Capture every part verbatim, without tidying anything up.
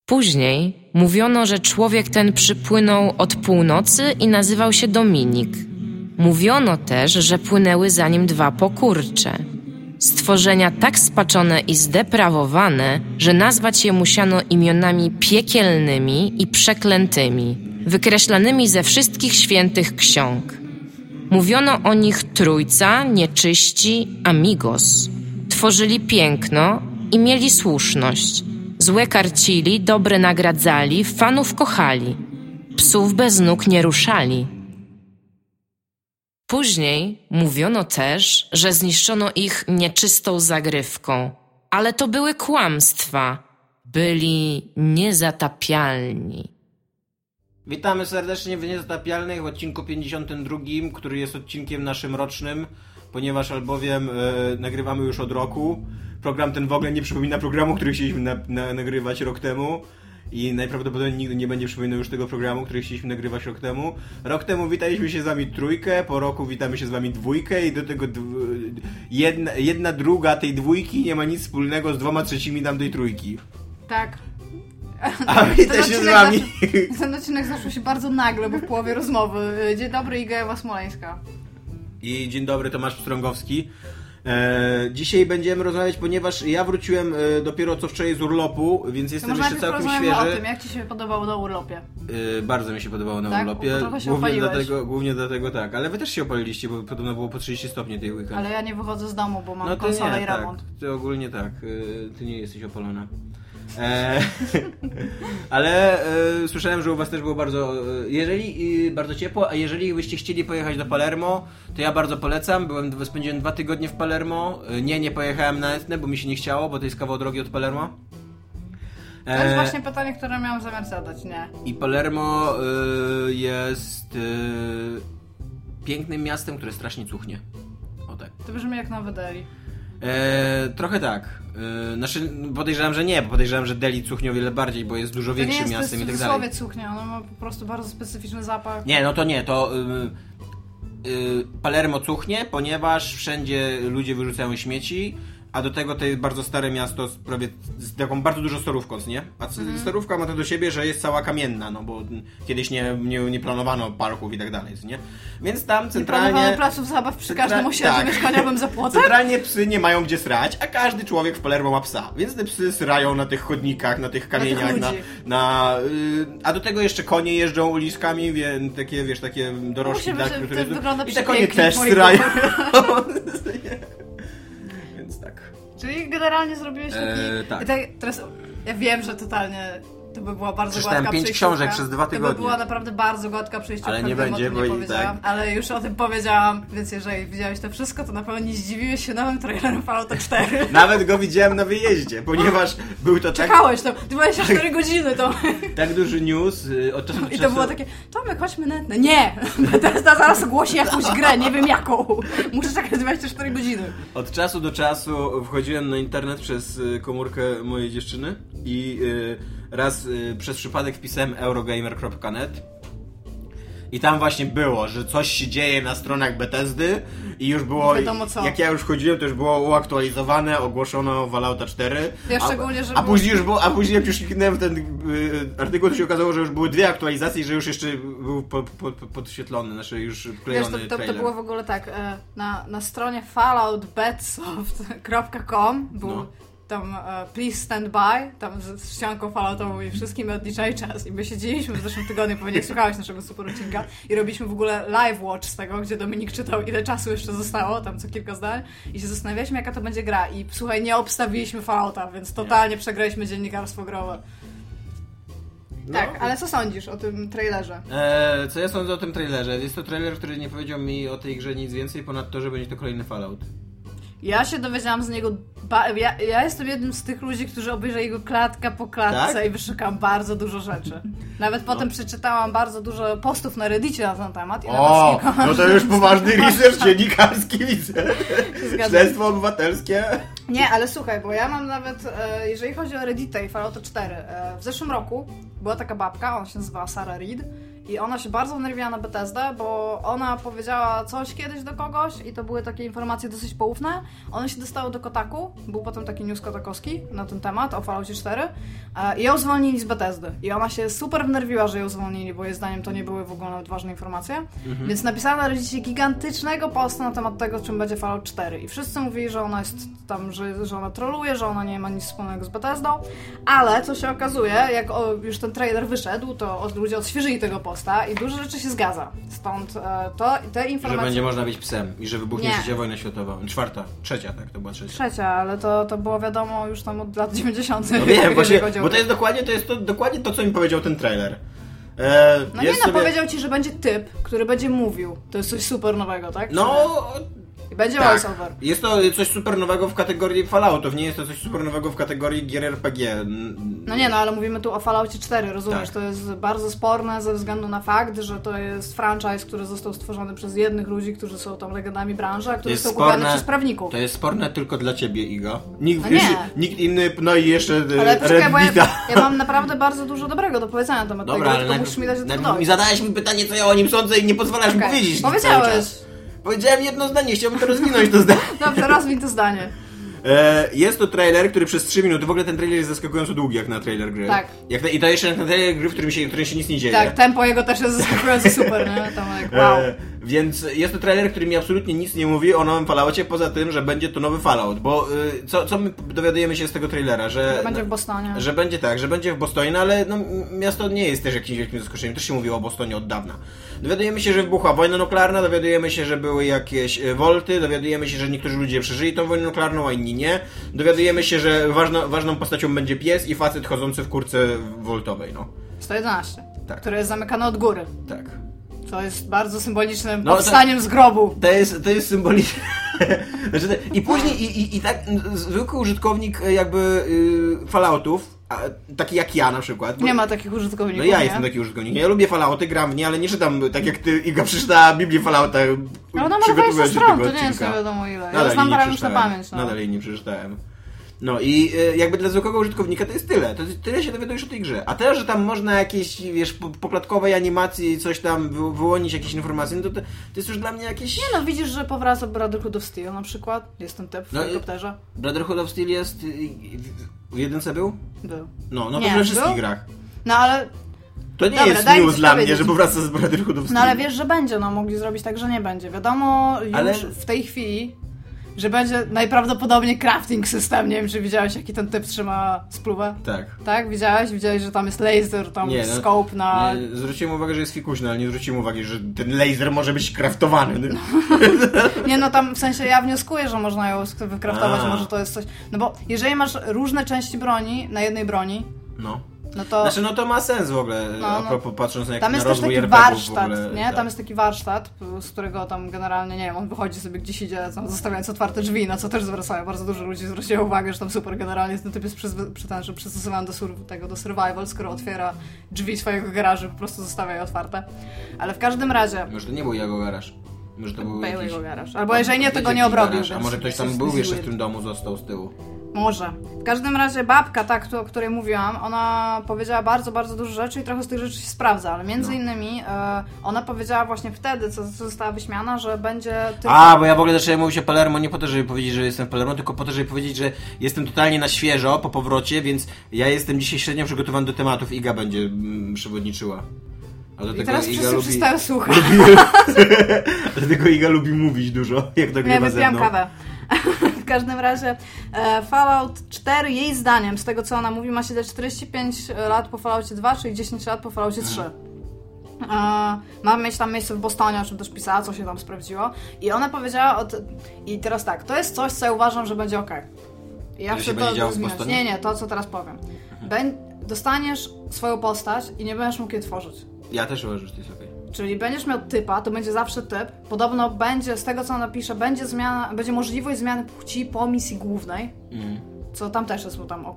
Później mówiono, że człowiek ten przypłynął od północy i nazywał się Dominik. Mówiono też, że płynęły za nim dwa pokurcze. Stworzenia tak spaczone i zdeprawowane, że nazwać je musiano imionami piekielnymi i przeklętymi, wykreślanymi ze wszystkich świętych ksiąg. Mówiono o nich trójca, nieczyści, amigos. Tworzyli piękno i mieli słuszność. Złe karcili, dobre nagradzali, fanów kochali. Psów bez nóg nie ruszali. Później mówiono też, że zniszczono ich nieczystą zagrywką. Ale to były kłamstwa. Byli niezatapialni. Witamy serdecznie w Niezatapialnych w odcinku pięćdziesiątym drugim, który jest odcinkiem naszym rocznym, ponieważ albowiem e, nagrywamy już od roku. Program ten w ogóle nie przypomina programu, który chcieliśmy na, na, nagrywać rok temu i najprawdopodobniej nigdy nie będzie przypominał już tego programu, który chcieliśmy nagrywać rok temu. Rok temu witaliśmy się z wami trójkę, po roku witamy się z wami dwójkę i do tego dw- jedna, jedna druga tej dwójki nie ma nic wspólnego z dwoma trzecimi tamtej trójki. Tak. A witam się z wami. Zasz... Ten odcinek zaczął się bardzo nagle, bo w połowie rozmowy. Dzień dobry, Iga Ewa Smoleńska. I dzień dobry, Tomasz Pstrągowski. E, dzisiaj będziemy rozmawiać, ponieważ ja wróciłem e, dopiero co wczoraj z urlopu, więc jestem to jeszcze całkiem świeży. o tym, jak ci się podobało na urlopie. E, bardzo mi się podobało na tak? urlopie. Trochę się głównie opaliłeś. dlatego, głównie dlatego tak, ale wy też się opaliliście, bo podobno było po trzydzieści stopni tej weekend. Ale ja nie wychodzę z domu, bo mam no to konsolę nie, i remont. Tak, ty ogólnie tak, e, ty nie jesteś opalona. E, ale e, słyszałem, że u was też było bardzo e, jeżeli e, bardzo ciepło, a jeżeli byście chcieli pojechać do Palermo, to ja bardzo polecam. Byłem, spędziłem dwa tygodnie w Palermo. E, nie, nie pojechałem na Etnę, bo mi się nie chciało, bo to jest kawał drogi od Palermo. E, to jest właśnie pytanie, które miałam zamiar zadać, nie? I Palermo e, jest e, pięknym miastem, które strasznie cuchnie. O tak. To brzmi jak Nowy Delhi. E, trochę tak. E, znaczy podejrzewam, że nie, bo podejrzewam, że Delhi cuchnie o wiele bardziej, bo jest dużo większym miastem i tak dalej. To nie jest cuchnie, ono ma po prostu bardzo specyficzny zapach. Nie, no to nie, to y, y, Palermo cuchnie, ponieważ wszędzie ludzie wyrzucają śmieci, a do tego to jest bardzo stare miasto z prawie z taką bardzo dużą starówką, nie? A mm. starówka ma to do siebie, że jest cała kamienna, no bo kiedyś nie, nie, nie planowano parków i tak dalej, nie? Więc tam centralnie... Nie planowano placów zabaw przy centra... każdym osiedlu tak. mieszkaniowym za płotem? Centralnie psy nie mają gdzie srać, a każdy człowiek w Palermo ma psa, więc te psy srają na tych chodnikach, na tych kamieniach, na... na y, a do tego jeszcze konie jeżdżą uliczkami, wie, takie, wiesz, takie dorożki dla turystów. I te konie też srają. Więc tak. Czyli generalnie zrobiłeś taki... Eee, tak. tak. Teraz ja wiem, że totalnie to by była bardzo Przeczytałem gładka pięć przejściówka. książek przez dwa tygodnie. To by była naprawdę bardzo gładka przejściówka. Ale nie będzie, bo nie i tak. Ale już o tym powiedziałam, więc jeżeli widziałeś to wszystko, to na pewno nie zdziwiłeś się nowym trailerem Fallouta cztery. Nawet go widziałem na wyjeździe, ponieważ był to tak... Czekałeś to, dwadzieścia cztery godziny to... Tak duży news od czasu do czasu... I to było takie, Tomek, chodźmy na Etnę. Nie! Teraz zaraz ogłosi jakąś grę, nie wiem jaką. Muszę czekać dwadzieścia cztery godziny. Od czasu do czasu wchodziłem na internet przez komórkę mojej dziewczyny i raz przez przypadek wpisałem eurogamer kropka net i tam właśnie było, że coś się dzieje na stronach Bethesdy i już było, wiadomo co. Jak ja już chodziłem, to już było uaktualizowane, ogłoszono Fallouta cztery. Ja szczególnie, że a, a później już było, a później jak już kliknąłem w ten y, artykuł, to się okazało, że już były dwie aktualizacje i że już jeszcze był po, po, po, podświetlony, znaczy już wklejony Wiesz, to, to, trailer. to było w ogóle tak, na, na stronie fallout betsoft kropka com był no. tam uh, please stand by, tam z ścianką falloutową i wszystkim odliczaj czas i my siedzieliśmy w zeszłym tygodniu, pewnie słuchałeś naszego super odcinka i robiliśmy w ogóle live watch z tego, gdzie Dominik czytał ile czasu jeszcze zostało, tam co kilka zdań i się zastanawialiśmy jaka to będzie gra i słuchaj, nie obstawiliśmy Fallouta, więc totalnie przegraliśmy dziennikarstwo growe. No. Tak, ale co sądzisz o tym trailerze? Eee, co ja sądzę o tym trailerze? Jest to trailer, który nie powiedział mi o tej grze nic więcej ponad to, że będzie to kolejny Fallout. Ja się dowiedziałam z niego... Ba- ja, ja jestem jednym z tych ludzi, którzy obejrzeli jego klatka po klatce tak? i wyszukałam bardzo dużo rzeczy. Nawet no. potem przeczytałam bardzo dużo postów na Reddicie na ten temat. I o, no to już poważny research dziennikarski widzę. Śledztwo obywatelskie. Nie, ale słuchaj, bo ja mam nawet, e, jeżeli chodzi o Reddita i Fallouta cztery, e, w zeszłym roku była taka babka, ona się nazywała Sarah Reed I ona się bardzo wnerwiła na Bethesdę, bo ona powiedziała coś kiedyś do kogoś i to były takie informacje dosyć poufne. One się dostały do Kotaku, był potem taki news kotakowski na ten temat o Falloutie cztery i ją zwolnili z Bethesdy. I ona się super wnerwiła, że ją zwolnili, bo jej zdaniem to nie były w ogóle nawet ważne informacje. Mhm. Więc napisała na Reddicie gigantycznego posta na temat tego, czym będzie Fallout cztery. I wszyscy mówili, że ona jest tam, że, że ona troluje, że ona nie ma nic wspólnego z Bethesdą. Ale co się okazuje, jak o, już ten trailer wyszedł, to od, ludzie odświeżyli tego posta i dużo rzeczy się zgadza. Stąd e, to, te informacje... Że będzie można być psem i że wybuchnie trzecia wojna światowa. Czwarta, trzecia, tak, to była trzecia. Trzecia, ale to, to było wiadomo już tam od lat dziewięćdziesiątych. No wiem, właśnie, bo to jest dokładnie to, jest to, dokładnie to, co mi powiedział ten trailer. E, no nie, no sobie... powiedział ci, że będzie typ, który będzie mówił. To jest coś super nowego, tak? No... I będzie tak. voiceover. Jest to coś super nowego w kategorii Falloutów, nie jest to coś super nowego w kategorii gier R P G. No nie, no ale mówimy tu o Falloutie cztery, rozumiesz? Tak. To jest bardzo sporne ze względu na fakt, że to jest franchise, który został stworzony przez jednych ludzi, którzy są tam legendami branży, a który są kupiony przez prawników. To jest sporne tylko dla ciebie, Iga. Nikt, no nie. nikt inny, no i jeszcze ale poczekaj, bo ja, ja mam naprawdę bardzo dużo dobrego do powiedzenia na temat Dobra, tego, tylko ale musisz mi dać do tego. Mi zadałeś mi pytanie, co ja o nim sądzę i nie pozwalasz okay. mi powiedzieć. Powiedziałeś. Powiedziałem jedno zdanie, chciałbym to rozwinąć to zdanie. Dobrze, rozwiń to zdanie. E, jest to trailer, który przez trzy minuty, w ogóle ten trailer jest zaskakująco długi jak na trailer gry. Tak. Jak na, I to jeszcze na trailer gry, w którym się, w którym się nic nie dzieje. Tak, tempo jego też jest zaskakująco super, nie? Tam jak, wow. E, więc jest to trailer, który mi absolutnie nic nie mówi o nowym Falloutie, poza tym, że będzie to nowy Fallout, bo y, co, co my dowiadujemy się z tego trailera, że... Że będzie w Bostonie. Że będzie tak, że będzie w Bostonie, no ale no, miasto nie jest też jakimś wielkim zaskoczeniem, też się mówiło o Bostonie od dawna. Dowiadujemy się, że wybuchła wojna nuklearna, dowiadujemy się, że były jakieś wolty, dowiadujemy się, że niektórzy ludzie przeżyli tą wojnę nuklearną, a inni nie. Dowiadujemy się, że ważno, ważną postacią będzie pies i facet chodzący w kurce woltowej, no. sto jedenaście, tak. Który jest zamykany od góry. Tak. To jest bardzo symbolicznym no, powstaniem to, z grobu. To jest, to jest symboliczne. Znaczy, to, I później, i, i, i tak zwykły użytkownik jakby yy, Falloutów, a, taki jak ja na przykład. Nie ma takich użytkowników. No ja nie? jestem taki użytkownik. Ja lubię Fallouty, gram w nie, ale nie czytam tak jak ty, Iga, przeczytała Biblię Fallouta. No ona ma dwadzieścia stron, to nie jest nie wiadomo ile. Ja znam parę już na pamięć. No. Nadal jej nie przeczytałem. No i y, jakby dla zwykłego użytkownika to jest tyle. To jest, tyle się dowiadujesz o tej grze. A teraz, że tam można jakieś, wiesz, po, poklatkowej animacji coś tam wy, wyłonić, jakieś informacje, no to, to, to jest już dla mnie jakieś... Nie no, widzisz, że powraca Brotherhood of Steel na przykład. Jest ten typ w no, helikopterze. Brotherhood of Steel jest... W jedynce był? Był. No, no to we wszystkich był? grach. No ale... To nie Dobra, jest news dla mnie, że powraca z Brotherhood of Steel. No ale wiesz, że będzie, no mogli zrobić tak, że nie będzie. Wiadomo już ale... w tej chwili... że będzie najprawdopodobniej crafting system. Nie wiem, czy widziałeś, jaki ten typ trzyma spluwę? Tak. Tak? Widziałeś? Widziałeś, że tam jest laser, tam nie, jest no, scope na... Nie, zwróciłem uwagę, że jest fikuśny, ale nie zwróciłem uwagi, że ten laser może być craftowany. No. Nie, no tam w sensie ja wnioskuję, że można ją wykraftować, A. może to jest coś... No bo jeżeli masz różne części broni na jednej broni, no. No to... Znaczy, no to ma sens w ogóle, no, no. a propos patrząc na, jak, tam na jest rozwój też taki er pe gie warsztat, w ogóle, nie? Tak. Tam jest taki warsztat, z którego tam generalnie, nie wiem, on wychodzi sobie gdzieś idzie, tam zostawiając otwarte drzwi, na co też zwracają. Bardzo dużo ludzi zwróciło uwagę, że tam super generalnie ten typ jest przyzwy- przy, ten, że przystosowany do, sur- tego, do survival, skoro otwiera drzwi swojego garażu, po prostu zostawia je otwarte. Ale w każdym razie... Może to nie był jego garaż. Może to był jakiś... jego garaż. Albo jeżeli nie, to go nie obrobił. A może ktoś tam był jeszcze w tym domu, został z tyłu. Może. W każdym razie babka, ta, o której mówiłam, ona powiedziała bardzo, bardzo dużo rzeczy i trochę z tych rzeczy się sprawdza, ale między no. innymi e, ona powiedziała właśnie wtedy, co, co została wyśmiana, że będzie... Tylko... A, bo ja w ogóle zacząłem mówić o Palermo nie po to, żeby powiedzieć, że jestem w Palermo, tylko po to, żeby powiedzieć, że jestem totalnie na świeżo po powrocie, więc ja jestem dzisiaj średnio przygotowany do tematów. Iga będzie mm, przewodniczyła. A do I tego teraz Iga wszyscy lubi... przestają słuchać. Dlatego Iga lubi mówić dużo, jak nagrywa ze mną. kawę. W każdym razie e, Fallout cztery, jej zdaniem, z tego co ona mówi, ma się dać czterdzieści pięć lat po Falloutie dwa, czyli dziesięć lat po Falloutie trzy. E, ma mieć tam miejsce w Bostonie, o czym też pisała, co się tam sprawdziło. I ona powiedziała, od... i teraz tak, to jest coś, co ja uważam, że będzie okej. Okay. Ja chcę to rozwinąć. Nie, nie, to co teraz powiem. Bę... Dostaniesz swoją postać i nie będziesz mógł jej tworzyć. Ja też uważam, że to jest okej. Okay. Czyli będziesz miał typa, to będzie zawsze typ. Podobno będzie, z tego co ona pisze, będzie zmiana, będzie możliwość zmiany płci po misji głównej. Mm. Co tam też jest, bo tam okej. Okay.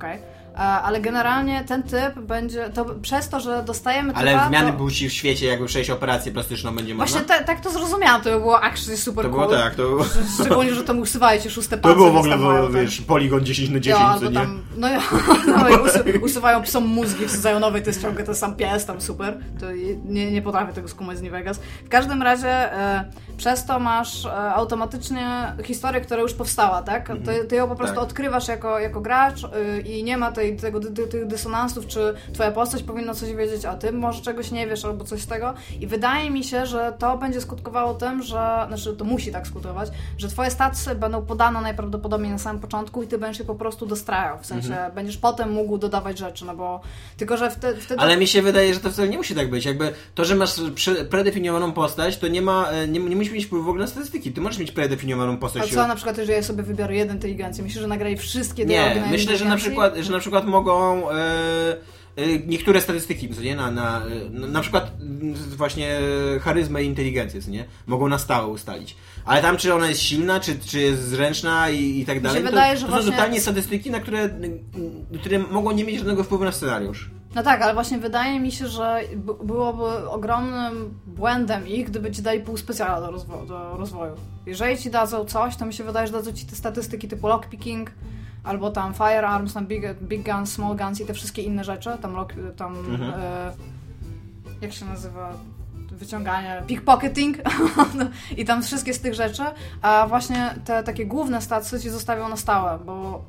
ale generalnie ten typ będzie, to przez to, że dostajemy typa, Ale zmiany to... płci w świecie, jakby przejść operację plastyczną będzie można? Właśnie te, tak to zrozumiałam, to by było actually super to cool. Było tak, to było... Szczególnie, że tam usuwają ci szóste palce. To było w ogóle, bo, wiesz, poligon dziesięć na dziesięć, ja, co nie? Tam, no ja, no i usu, usuwają psom mózgi, wsadzają nowe, to jest ciągle ten sam pies, tam super. To nie, nie potrafię tego skumać z New Vegas. W każdym razie e, przez to masz e, automatycznie historię, która już powstała, tak? Ty, ty ją po prostu tak. odkrywasz jako, jako gracz y, i nie ma tej, tego, ty, tych dysonansów, czy twoja postać powinna coś wiedzieć, a ty może czegoś nie wiesz, albo coś z tego. I wydaje mi się, że to będzie skutkowało tym, że, znaczy to musi tak skutkować, że twoje statsy będą podane najprawdopodobniej na samym początku i ty będziesz je po prostu dostrajał, w sensie mhm. będziesz potem mógł dodawać rzeczy, no bo tylko, że wtedy... wtedy... Ale mi się wydaje, że to wcale nie musi tak być, jakby to, że masz pre- predefiniowaną postać, to nie ma, nie, nie musi mieć wpływu w ogóle na statystyki, ty możesz mieć predefiniowaną postać. A co na przykład, jeżeli ja sobie wybiorę jeden inteligencję? Myślę, że nagrali wszystkie nie, dialogi na myślę, że na przykład, że na przykład mogą e, e, niektóre statystyki, co nie, na, na, na, na przykład właśnie charyzmę i inteligencję, co nie, mogą na stałe ustalić. Ale tam, czy ona jest silna, czy, czy jest zręczna i, i tak dalej, to, wydaje, to że są właśnie... totalnie statystyki, na które, które mogą nie mieć żadnego wpływu na scenariusz. No tak, ale właśnie wydaje mi się, że b- byłoby ogromnym błędem ich, gdyby ci dali pół specjala do, rozwo- do rozwoju. Jeżeli ci dadzą coś, to mi się wydaje, że dadzą ci te statystyki typu lockpicking, albo tam firearms, tam big, big guns, small guns i te wszystkie inne rzeczy, tam, lock, tam mhm. e, jak się nazywa, wyciąganie, pickpocketing i tam wszystkie z tych rzeczy, a właśnie te takie główne stacje ci zostawią na stałe, bo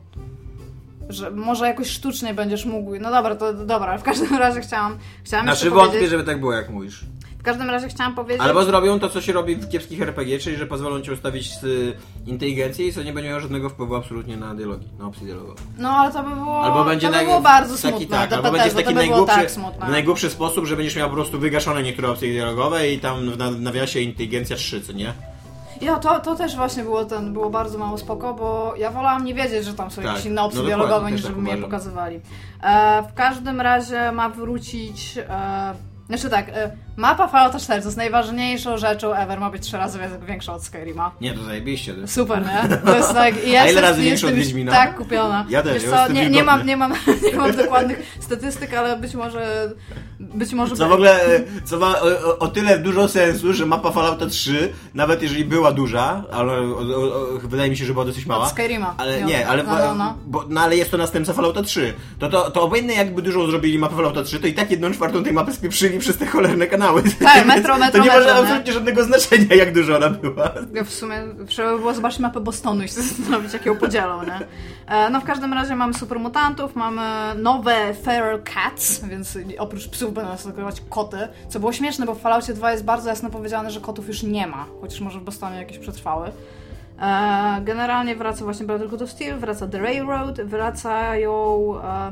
że może jakoś sztucznie będziesz mógł, no dobra, to dobra, w każdym razie chciałam chciałam Znaczy wątpię, żeby tak było, jak mówisz. W każdym razie chciałam powiedzieć... Albo zrobią to, co się robi w kiepskich er pe gie, czyli że pozwolą ci ustawić y, inteligencję i co nie będzie miało żadnego wpływu absolutnie na dialogi, na opcje dialogowe. No ale to by było, albo będzie to by naj... było bardzo taki, smutne. Tak, albo będzie w taki najgłupszy, tak najgłupszy sposób, że będziesz miał po prostu wygaszone niektóre opcje dialogowe i tam w nawiasie inteligencja trzy, co nie? Ja, to, to też właśnie było ten, było bardzo mało spoko, bo ja wolałam nie wiedzieć, że tam są tak. jakieś inne opcje no dialogowe, niż żeby tak mi je pokazywali. E, w każdym razie ma wrócić... E, Znaczy tak, mapa Fallouta cztery to jest najważniejszą rzeczą ever, ma być trzy razy większa od Skyrima. Nie, to zajebiście. To super, nie? To jest tak, ja A ile razy większa od Wiedźmina? Tak, kupiona. Ja też, Wiesz co, nie, nie, mam, nie, mam, nie mam dokładnych statystyk, ale być może... Być może co w ogóle, co ma o, o tyle dużo sensu, że mapa Fallouta trzy, nawet jeżeli była duża, ale o, o, o, wydaje mi się, że była dosyć mała. Od Skyrima. Ale nie, ale, no, no, no. Bo, no, ale jest to następca Fallouta trzy. To, to, to obojętnie jakby dużo zrobili mapę Fallouta trzy, to i tak jedną czwartą tej mapy spieprzyli przez te cholerne kanały. Tak, metro, metro, to nie metro, ma absolutnie żadnego znaczenia, jak dużo ona była. W sumie trzeba by było zobaczyć mapę Bostonu i się zastanowić, jak ją podzielą, nie? No w każdym razie mamy supermutantów, mamy nowe feral cats, więc oprócz psów będą nas atakować koty, co było śmieszne, bo w Falloutie dwa jest bardzo jasno powiedziane, że kotów już nie ma, chociaż może w Bostonie jakieś przetrwały. Generalnie wraca właśnie Brotherhood of Steel, wraca The Railroad, wracają...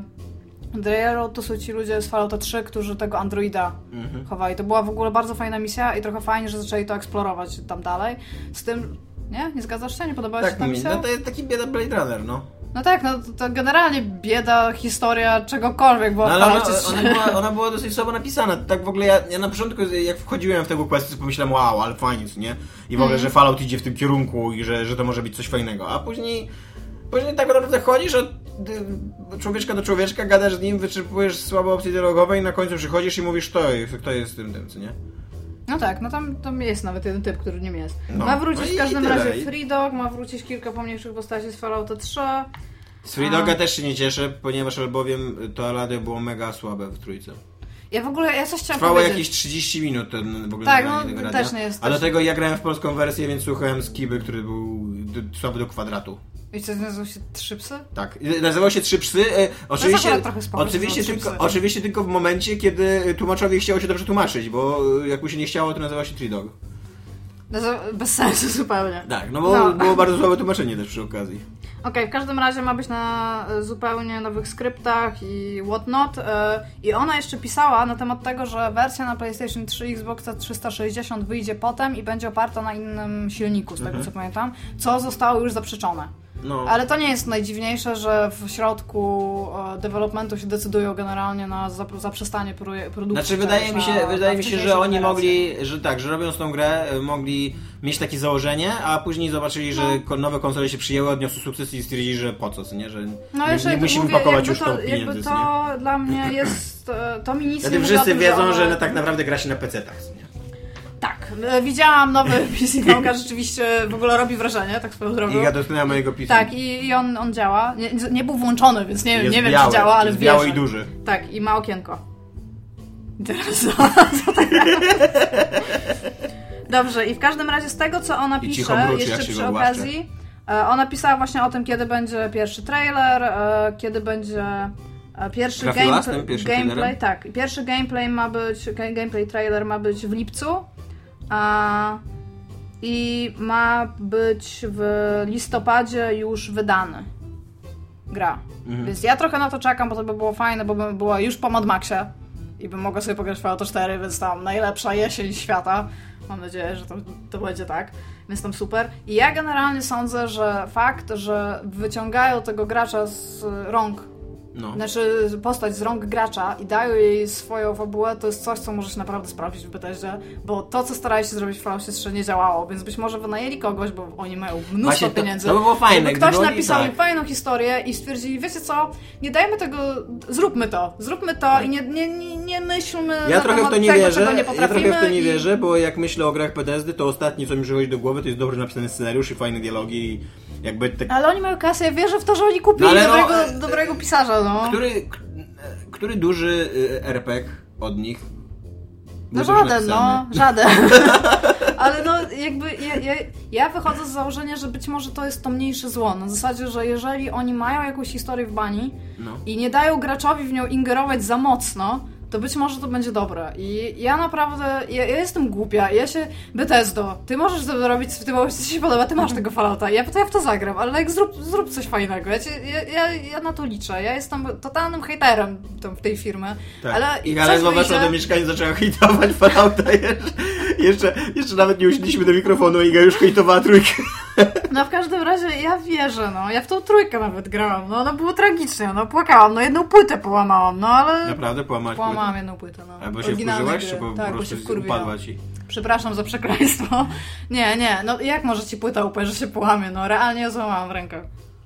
The Railroad to są ci ludzie z Fallouta trzy, którzy tego androida mhm. chowali. To była w ogóle bardzo fajna misja i trochę fajnie, że zaczęli to eksplorować tam dalej. Z tym... Nie? Nie zgadzasz się? Nie podobała tak, się ta misja? No to jest taki bieda Blade Runner, no. No tak, no to, to generalnie bieda, historia czegokolwiek była no, w Falloutie no, ona, była, ona była dosyć słabo napisana. Tak w ogóle ja, ja na początku, jak wchodziłem w tego questu, to pomyślałem, wow, ale fajnie, nie? I w ogóle, mm. że Fallout idzie w tym kierunku i że, że to może być coś fajnego. A później... Później tak naprawdę chodzisz od człowieczka do człowieczka, gadasz z nim, wyczerpujesz słabe opcje dialogowe i na końcu przychodzisz i mówisz, kto jest, kto jest tym, tym, co nie? No tak, no tam, tam jest nawet jeden typ, który nim jest. No. Ma wrócić no w każdym razie Free Dog, ma wrócić kilka pomniejszych postaci z Fallouta trzy. Z Free Doga też się nie cieszę, ponieważ albowiem to radio było mega słabe w trójce. Ja w ogóle, ja coś chciałam Trwało powiedzieć. jakieś trzydzieści minut ten w ogóle tak, no, tego radia. też nie jest. A do tego ja grałem w polską wersję, więc słuchałem Skiby, który był do, słaby do kwadratu. I co, nazywał się Trzy Psy? Tak, nazywał się Trzy Psy. E, oczywiście, no trochę spoko, oczywiście, tylko, psy. oczywiście tylko w momencie, kiedy tłumaczowi chciało się dobrze tłumaczyć, bo jak mu się nie chciało, to nazywał się Three Dog. Bez sensu zupełnie. Tak, no bo no. było bardzo słabe tłumaczenie też przy okazji. Okej, okay, w każdym razie ma być na zupełnie nowych skryptach i whatnot. Yy, I ona jeszcze pisała na temat tego, że wersja na PlayStation trzy i Xboxa trzysta sześćdziesiąt wyjdzie potem i będzie oparta na innym silniku, z tego mhm. co pamiętam, co zostało już zaprzeczone. No. Ale to nie jest najdziwniejsze, że w środku e, developmentu się decydują generalnie na zaprzestanie pro- produkcji. Znaczy wydaje mi się, na, wydaje na mi się, że oni generację. mogli, że tak, że robiąc tą grę, mogli mieć takie założenie, a później zobaczyli, że no. nowe konsole się przyjęły, odniosły sukces i stwierdzili, że po co, co nie? Że no nie, nie musimy mówię, pakować już to, tą pieniędzy. Jakby to nie? Dla mnie jest, to mi nic Zatem nie wszyscy tym, wiedzą, że, że, że tak naprawdę gra się na pecetach, nie? Tak, widziałam nowy P C Nauka, rzeczywiście w ogóle robi wrażenie, tak swoją drogą. Iga dotknęła mojego P C. Tak, i, i on, on działa. Nie, nie był włączony, więc nie, nie wiem, biały, czy działa, ale jest wierzę. biały i duży. Tak, i ma okienko. I teraz co, co tak Dobrze, i w każdym razie z tego, co ona I pisze, mruczy, jeszcze przy okazji, ona pisała właśnie o tym, kiedy będzie pierwszy trailer, kiedy będzie pierwszy gameplay, pierwszy gameplay tak, pierwszy gameplay ma być, gameplay trailer ma być w lipcu, a, i ma być w listopadzie już wydany gra. Mhm. Więc ja trochę na to czekam, bo to by było fajne, bo by była już po Mad Maxie i bym mogła sobie pograć w Fallout cztery, więc tam najlepsza jesień świata. Mam nadzieję, że to, to będzie tak. Więc tam super. I ja generalnie sądzę, że fakt, że wyciągają tego gracza z rąk, no. znaczy postać z rąk gracza i dają jej swoją fabułę, to jest coś, co może się naprawdę sprawdzić w Bethesdzie, bo to, co starali się zrobić w Falloutie trzy, nie działało, więc być może wynajęli kogoś, bo oni mają mnóstwo Właśnie to, pieniędzy. To by było fajne. Ktoś oni, napisał tak. fajną historię i stwierdzili, wiecie co, nie dajmy tego, zróbmy to, zróbmy to tak. i nie, nie, nie, nie myślmy ja na trochę temat w to nie tego, wierzę, czego nie potrafimy. Ja trochę w to nie i... wierzę, bo jak myślę o grach Bethesdy, to ostatnie, co mi przychodzi do głowy, to jest dobrze napisany scenariusz i fajne dialogi i jakby tak... Ale oni mają kasę, ja wierzę w to, że oni kupili no, dobrego, no, dobrego pisarza, no. Który... Który duży er pe gie od nich? No żaden, no, żaden. Ale no jakby ja, ja, ja wychodzę z założenia, że być może to jest to mniejsze zło. Na zasadzie, że jeżeli oni mają jakąś historię w bani no. i nie dają graczowi w nią ingerować za mocno, to być może to będzie dobre. I ja naprawdę, ja, ja jestem głupia. Ja się, Bethesdo, ty możesz to robić w tym momencie, co się podoba, ty masz tego Fallouta. Ja, to ja w to zagram, ale jak zrób, zrób coś fajnego. Ja, cię, ja, ja, ja na to liczę. Ja jestem totalnym hejterem tam w tej firmy. Tak. Ale I ledwo weszła do mieszkania, zaczęła hejtować Fallouta. Jeszcze, jeszcze, jeszcze nawet nie usiedliśmy do mikrofonu, Iga już hejtowała trójkę. No w każdym razie ja wierzę, no. Ja w tą trójkę nawet grałam. No ona było tragicznie, no płakałam. No jedną płytę połamałam, no ale... Naprawdę połamałaś płytę? Połamałam jedną płytę, no. Albo się wkurzyłaś, czy po, tak, po prostu się upadła ci? Przepraszam za przekleństwo. Nie, nie, no jak może ci płyta upaść, że się połamie? No realnie ją złamałam w rękę.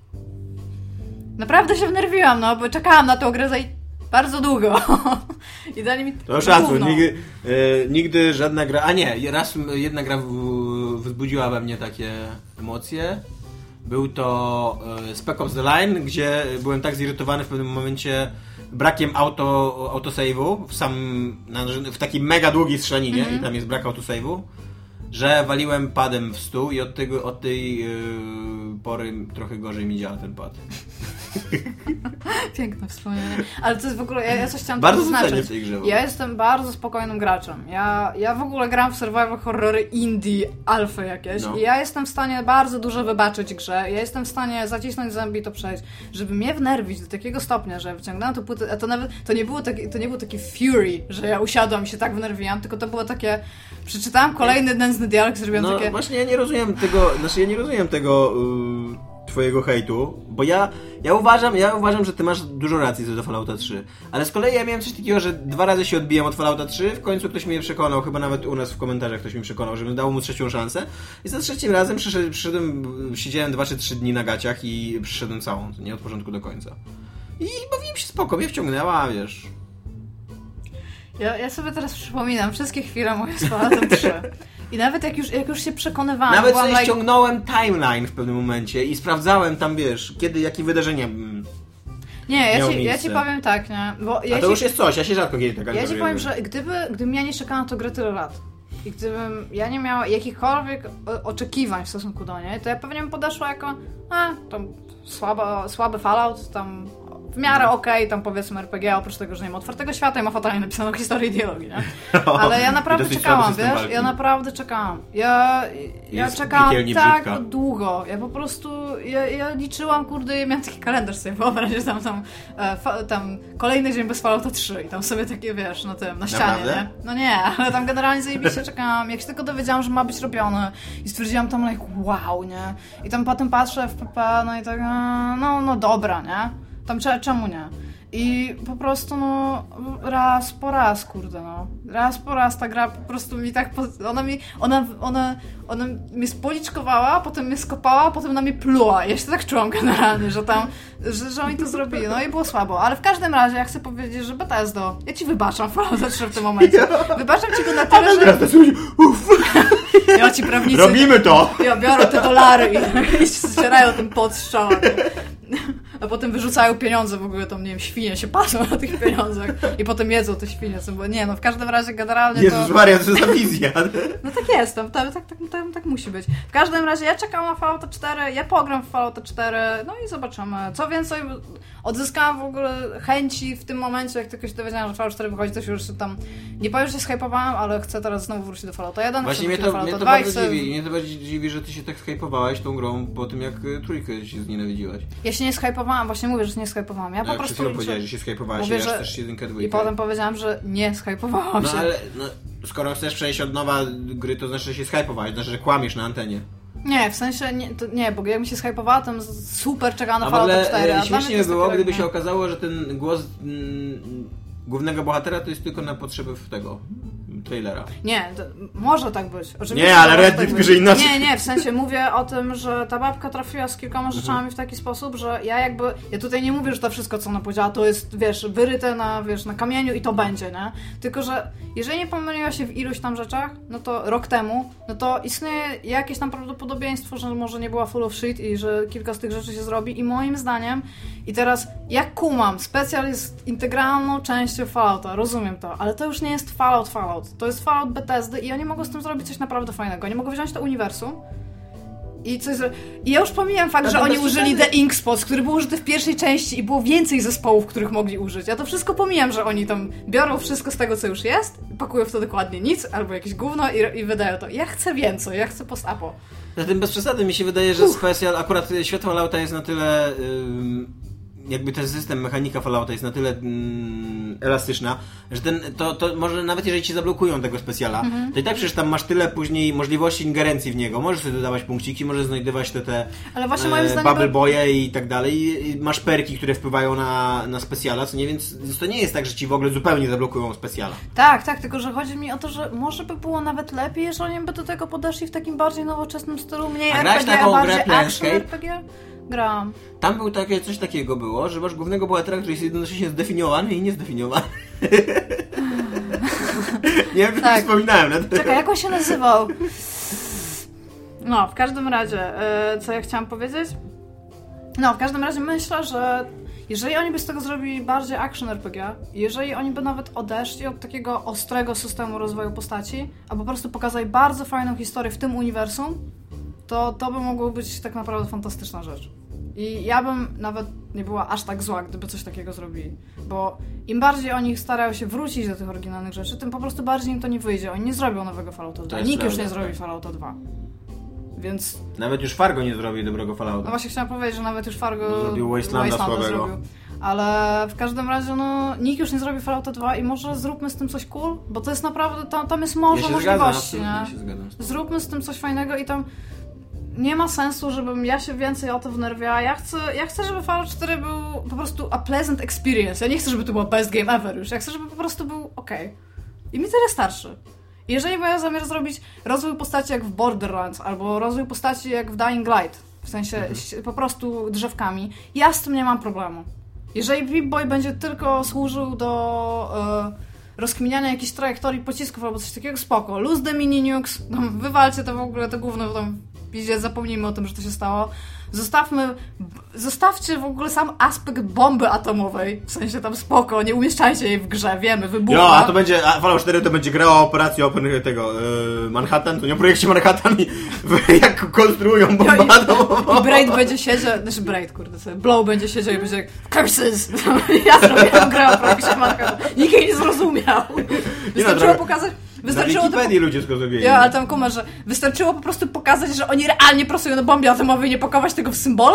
Naprawdę się wnerwiłam, no, bo czekałam na tą grę za bardzo długo. I dali mi to szacun, nigdy, e, nigdy żadna gra... A nie, raz jedna gra w, wzbudziła we mnie takie emocje. Był to e, Spec Ops The Line, gdzie byłem tak zirytowany w pewnym momencie brakiem auto, autosave'u w, sam, na, w takiej mega długiej strzelaninie mm-hmm. i tam jest brak autosave'u, że waliłem padem w stół i od, tego, od tej yy, pory trochę gorzej mi działa ten pad. Piękne wspomnienie. Ale to jest w ogóle, ja, ja coś chciałam bardzo zaznaczyć. W tej grze, ja jestem bardzo spokojnym graczem. Ja, ja w ogóle gram w survival horrory indie, alfy jakieś no. i ja jestem w stanie bardzo dużo wybaczyć grze. Ja jestem w stanie zacisnąć zęby i to przejść. Żeby mnie wnerwić do takiego stopnia, że wyciągnęłam to płytę, a to nawet, to nie było taki, to nie było taki fury, że ja usiadłam i się tak wnerwiłam, tylko to było takie, przeczytałam kolejny nędzny dialog, zrobiłam no, takie... właśnie ja nie rozumiem tego, znaczy ja nie rozumiem tego... Yy... twojego hejtu, bo ja, ja uważam, ja uważam, że ty masz dużo racji co do Fallouta trzy, ale z kolei ja miałem coś takiego, że dwa razy się odbiłem od Fallouta trzy, w końcu ktoś mnie przekonał, chyba nawet u nas w komentarzach ktoś mnie przekonał, żebym dał mu trzecią szansę i za trzecim razem przyszedłem, przyszedłem siedziałem dwa czy trzy dni na gaciach i przyszedłem całą, nie od początku do końca. I bawiłem się spoko, mnie wciągnęła, wiesz... Ja, ja sobie teraz przypominam wszystkie chwile moje z Falloutem trzy. I nawet jak już, jak już się przekonywałam... Nawet sobie like... ściągnąłem timeline w pewnym momencie i sprawdzałem tam, wiesz, kiedy, jakie wydarzenia Nie, ja ci, ja ci powiem tak, nie? Bo ja A to ci... już jest coś, ja się rzadko kiedy tak Ja ci powiem, że gdyby, gdybym ja nie czekała na to grę tyle lat i gdybym ja nie miała jakichkolwiek oczekiwań w stosunku do niej, to ja pewnie bym podeszła jako a, tam słaba, słaby Fallout, tam w miarę okej, okay, tam powiedzmy R P G, oprócz tego, że nie ma otwartego świata i ma fatalnie napisaną historię i dialogi, nie? Ale ja naprawdę czekałam, wiesz? Walki. Ja naprawdę czekałam. Ja, ja czekałam tak brzydka. długo. Ja po prostu, ja, ja liczyłam, kurde, ja miałam taki kalendarz sobie, wyobraź, że tam, tam, e, tam kolejny dzień bez Fallouta trzy i tam sobie takie, wiesz, na tym, na ścianie, naprawdę? Nie? No nie, ale tam generalnie zajebiście czekałam. Jak się tylko dowiedziałam, że ma być robione i stwierdziłam tam, like, wow, nie? I tam potem patrzę w P P, no i tak, no, no dobra, nie? Tam czemu nie? I po prostu, no, raz po raz, kurde, no. Raz po raz ta gra po prostu mi tak... Ona mi... Ona, ona, ona mnie spoliczkowała, potem mnie skopała, potem na mnie pluła. Ja się tak czułam generalnie, że tam... Że, że oni to zrobili. No i było słabo. Ale w każdym razie ja chcę powiedzieć, że Bethesdo, ja ci wybaczam Fallouta trzy w tym momencie. Wybaczam ci go na tyle, że... Ja ci prawnicy... Robimy to! Ja biorę te dolary i, i ścierają ten pot z czoła. A potem wyrzucają pieniądze, w ogóle tam, nie wiem, świnie się patrzą na tych pieniądzach i potem jedzą te świnie, bo nie, no w każdym razie generalnie Jezus to... Maria, to za wizja! No tak jest, tam, tam, tak, tak, tak, tak musi być. W każdym razie ja czekam na Fallouta cztery, ja pogram w Fallouta cztery, no i zobaczymy. Co więcej, odzyskałam w ogóle chęci w tym momencie, jak tylko się dowiedziałam, że Fallout cztery wychodzi, to się już tam, nie powiem, że się zhypowałam, ale chcę teraz znowu wrócić do Fallouta jeden. Właśnie mnie to, mnie to bardzo chcę... dziwi, mnie to bardzo dziwi, że ty się tak zhypowałaś tą grą po tym, jak trójkę się znienawidziłaś. Ja się nie zhypowałam, właśnie mówię, że się nie zhypowałam. Ja po no, prostu... Przed chwilą powiedziałeś, że się zhypowałaś, ja że... też jedynkę, dwójkę. I potem powiedziałam, że nie zhypowałam no, się. Ale, no, skoro chcesz przejść od nowa gry, to znaczy, że się zhypowałaś, znaczy, że kłamiesz na antenie. Nie, w sensie, nie, to nie, bo jakbym się zhypowała, to super czekała na Fallouta cztery. A śmiesznie by było, gdyby się okazało, że ten głos mm, głównego bohatera to jest tylko na potrzeby tego trailera. Nie, to, może tak być. Oczywiście nie, ale Reddit tak pisze inaczej. Nie, nie, w sensie mówię o tym, że ta babka trafiła z kilkoma rzeczami mhm. w taki sposób, że ja jakby, ja tutaj nie mówię, że to wszystko, co ona powiedziała, to jest, wiesz, wyryte na, wiesz, na kamieniu i to będzie, nie? Tylko, że jeżeli nie pomyliła się w iluś tam rzeczach, no to rok temu, no to istnieje jakieś tam prawdopodobieństwo, że może nie była full of shit i że kilka z tych rzeczy się zrobi i moim zdaniem, i teraz jak kumam, specjal jest integralną częścią Fallouta, rozumiem to, ale to już nie jest Fallout Fallout. To jest Fallout Bethesdy i oni mogą z tym zrobić coś naprawdę fajnego. Oni mogą wziąć to uniwersum i coś zrobić. I ja już pomijam fakt, że oni użyli The Ink Spots, który był użyty w pierwszej części i było więcej zespołów, których mogli użyć. Ja to wszystko pomijam, że oni tam biorą wszystko z tego, co już jest, pakują w to dokładnie nic, albo jakieś gówno i, i wydają to. Ja chcę więcej, ja chcę post-apo. Zatem bez przesady mi się wydaje, że specjal, akurat świat Fallouta jest na tyle... Yy... jakby ten system, mechanika Fallouta jest na tyle mm, elastyczna, że ten, to, to może nawet jeżeli ci zablokują tego specjala, mm-hmm. to i tak przecież tam masz tyle później możliwości ingerencji w niego. Możesz sobie dodawać punkciki, możesz znajdować te, te Ale właśnie moim zdaniem bubble boye i tak dalej. I masz perki, które wpływają na, na specjala, co nie, więc to nie jest tak, że ci w ogóle zupełnie zablokują specjala. Tak, tak, tylko że chodzi mi o to, że może by było nawet lepiej, jeżeli by do tego podeszli w takim bardziej nowoczesnym stylu, mniej a R P G, a bardziej action R P G. Gram. Tam był takie, coś takiego było, że masz głównego bohatera, który jest jednocześnie zdefiniowany i niezdefiniowany. Nie wiem, czy tak. Wspominałem. Na to. Czekaj, jak on się nazywał? No, w każdym razie, yy, co ja chciałam powiedzieć? No, w każdym razie myślę, że jeżeli oni by z tego zrobili bardziej action R P G, jeżeli oni by nawet odeszli od takiego ostrego systemu rozwoju postaci, a po prostu pokazali bardzo fajną historię w tym uniwersum, to to by mogło być tak naprawdę fantastyczna rzecz. I ja bym nawet nie była aż tak zła, gdyby coś takiego zrobili. Bo im bardziej oni starają się wrócić do tych oryginalnych rzeczy, tym po prostu bardziej im to nie wyjdzie. Oni nie zrobią nowego Fallouta dwa. Nikt już nie zrobi Fallouta dwa. Więc... Nawet już Fargo nie zrobi dobrego Fallouta. No właśnie chciałam powiedzieć, że nawet już Fargo no, zrobił Wastelanda słabego. Zrobił. Ale w każdym razie, no, nikt już nie zrobi Fallouta dwa i może zróbmy z tym coś cool, bo to jest naprawdę, tam, tam jest morze ja możliwości, zgadzam, nie? Się zgadzam. Zróbmy z tym coś fajnego i tam nie ma sensu, żebym ja się więcej o to wnerwiała. Ja chcę, ja chcę, żeby Fallout cztery był po prostu a pleasant experience. Ja nie chcę, żeby to był best game ever już. Ja chcę, żeby po prostu był okej. Okay. I mi tyle starszy. Jeżeli mają zamiar zrobić rozwój postaci jak w Borderlands, albo rozwój postaci jak w Dying Light, w sensie mhm. po prostu drzewkami, ja z tym nie mam problemu. Jeżeli Pip-Boy będzie tylko służył do e, rozkminiania jakiejś trajektorii pocisków albo coś takiego, spoko. Lose the mini nukes, no, wywalcie to w ogóle, to gówno tam Piździe, zapomnijmy o tym, że to się stało. Zostawmy, zostawcie w ogóle sam aspekt bomby atomowej, w sensie tam spoko, nie umieszczajcie jej w grze, wiemy, wybucha. Jo, a to będzie, a Fallout cztery to będzie gra o operacji Open tego, yy, Manhattan, to nie o projekcie Manhattan i jak konstruują bombę atomową. I Braid będzie siedział, znaczy Braid, kurde sobie, Blow będzie siedział i będzie jak curses, ja zrobiłem grę o projekcie Manhattan, nikt jej nie zrozumiał. Wystarczyło pokazać... Wystarczyło na Wikipedii po... ludzie zrozumieli. Ja, ale tam kumasz, że wystarczyło po prostu pokazać, że oni realnie pracują na bombie atomowej i nie pakować tego w symbole?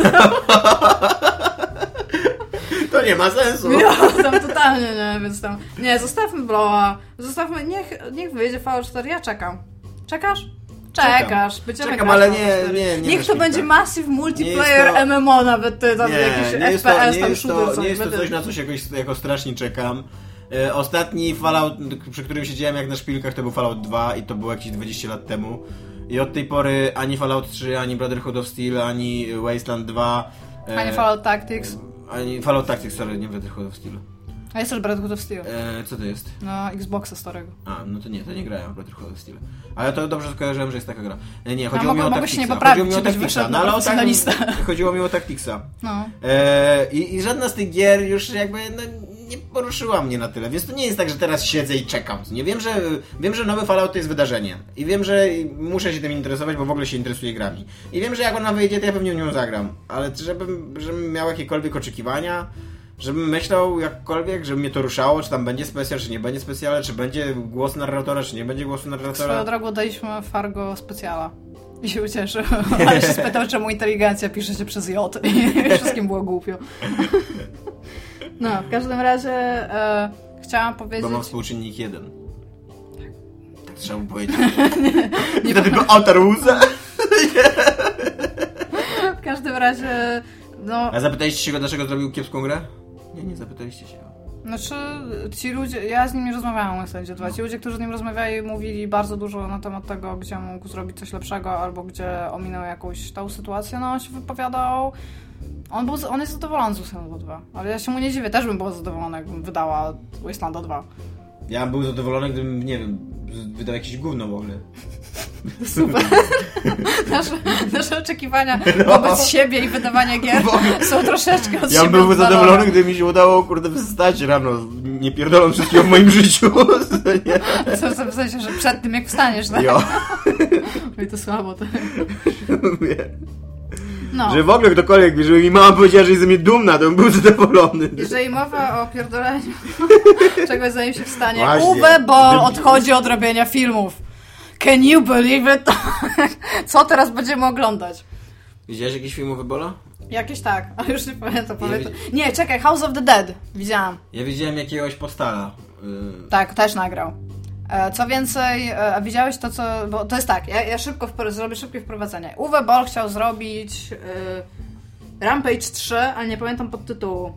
To nie ma sensu. Ja, tam totalnie nie, więc tam... Nie, zostawmy Blowa, zostawmy, niech, niech wyjdzie Fallout cztery, ja czekam. Czekasz? Czekasz, będziemy Czekam, grać ale nie, nie, nie. Niech to będzie massive multiplayer to... M M O nawet, ty, tam nie, jakiś nie F P S, to, tam nie shooter. To, nie jest to coś, na coś jakoś, jako strasznie czekam. E, ostatni Fallout, przy którym siedziałem jak na szpilkach, to był Fallout dwa i to było jakieś dwadzieścia lat temu. I od tej pory ani Fallout trzy, ani Brotherhood of Steel, ani Wasteland dwa... E, ani Fallout Tactics. Ani Fallout Tactics, sorry, nie Brotherhood of Steel. A jest też Brotherhood of Steel. E, co to jest? No, Xboxa starego. A, no to nie, to nie grałem w Brotherhood of Steel. Ale to dobrze skojarzyłem, że jest taka gra. E, nie, A chodziło mogę, mi o mogę się nie Tactixa. poprawić, Chodziło mi o byś Tactixa. wyszedł No, na ale o profesjonalista. tak, chodziło mi o Tactixa. No. E, i, I żadna z tych gier już jakby no, nie poruszyła mnie na tyle, więc to nie jest tak, że teraz siedzę i czekam. Nie wiem, że wiem, że nowy Fallout to jest wydarzenie. I wiem, że muszę się tym interesować, bo w ogóle się interesuję grami. I wiem, że jak ona wyjdzie, to ja pewnie w nią zagram. Ale żebym, żebym miał jakiekolwiek oczekiwania, żebym myślał jakkolwiek, żeby mnie to ruszało, czy tam będzie specjal, czy nie będzie specjala, czy będzie głos narratora, czy nie będzie głosu narratora. Swoją drogą daliśmy Fargo specjala. I się ucieszył. Ale się spytał, czemu inteligencja pisze się przez J. I wszystkim było głupio. No, w każdym razie e, chciałam powiedzieć... Bo mam współczynnik jeden. Tak trzeba mu powiedzieć. nie, nie Wtedy go otarł łzę. W każdym razie... No... A zapytaliście się go, dlaczego zrobił kiepską grę? Nie, nie zapytaliście się. Znaczy, ci ludzie, ja z nimi rozmawiałam na Sędzie dwa. Ci ludzie, którzy z nim rozmawiali, mówili bardzo dużo na temat tego, gdzie mógł zrobić coś lepszego, albo gdzie ominął jakąś tą sytuację. No, on się wypowiadał. On, był, on jest zadowolony z Wasteland dwa, ale ja się mu nie dziwię, też bym była zadowolona, jakbym wydała Wasteland dwa. Ja bym był zadowolony, gdybym, nie wiem, wydał jakieś gówno w ogóle. Super. Nasze, nasze oczekiwania no. wobec siebie i wydawania gier bo... są troszeczkę od ja siebie bym był oddalone. zadowolony, gdyby mi się udało, kurde, wstać rano, nie pierdoląc wszystkiego w moim życiu. Co, w sensie, że przed tym jak wstaniesz, tak? Jo. I to słabo. To... No. Że w ogóle ktokolwiek, żeby mi mama powiedziała, że jest ze mnie dumna, to bym był zadowolony. Jeżeli mowa o pierdoleniu czegoś zanim się wstanie, Właśnie. Uwe Boll odchodzi od robienia filmów. Can you believe it? Co teraz będziemy oglądać? Widziałeś jakiś film Uwe Bolla? Jakieś tak, ale już nie pamiętam. Ja pamiętam. Widz... Nie, czekaj, House of the Dead. Widziałam. Ja widziałem jakiegoś postala. Yy... Tak, też nagrał. Co więcej, a widziałeś to, co... Bo to jest tak, ja, ja szybko wpro- zrobię szybkie wprowadzenie. Uwe Boll chciał zrobić yy, Rampage trzy, ale nie pamiętam podtytułu.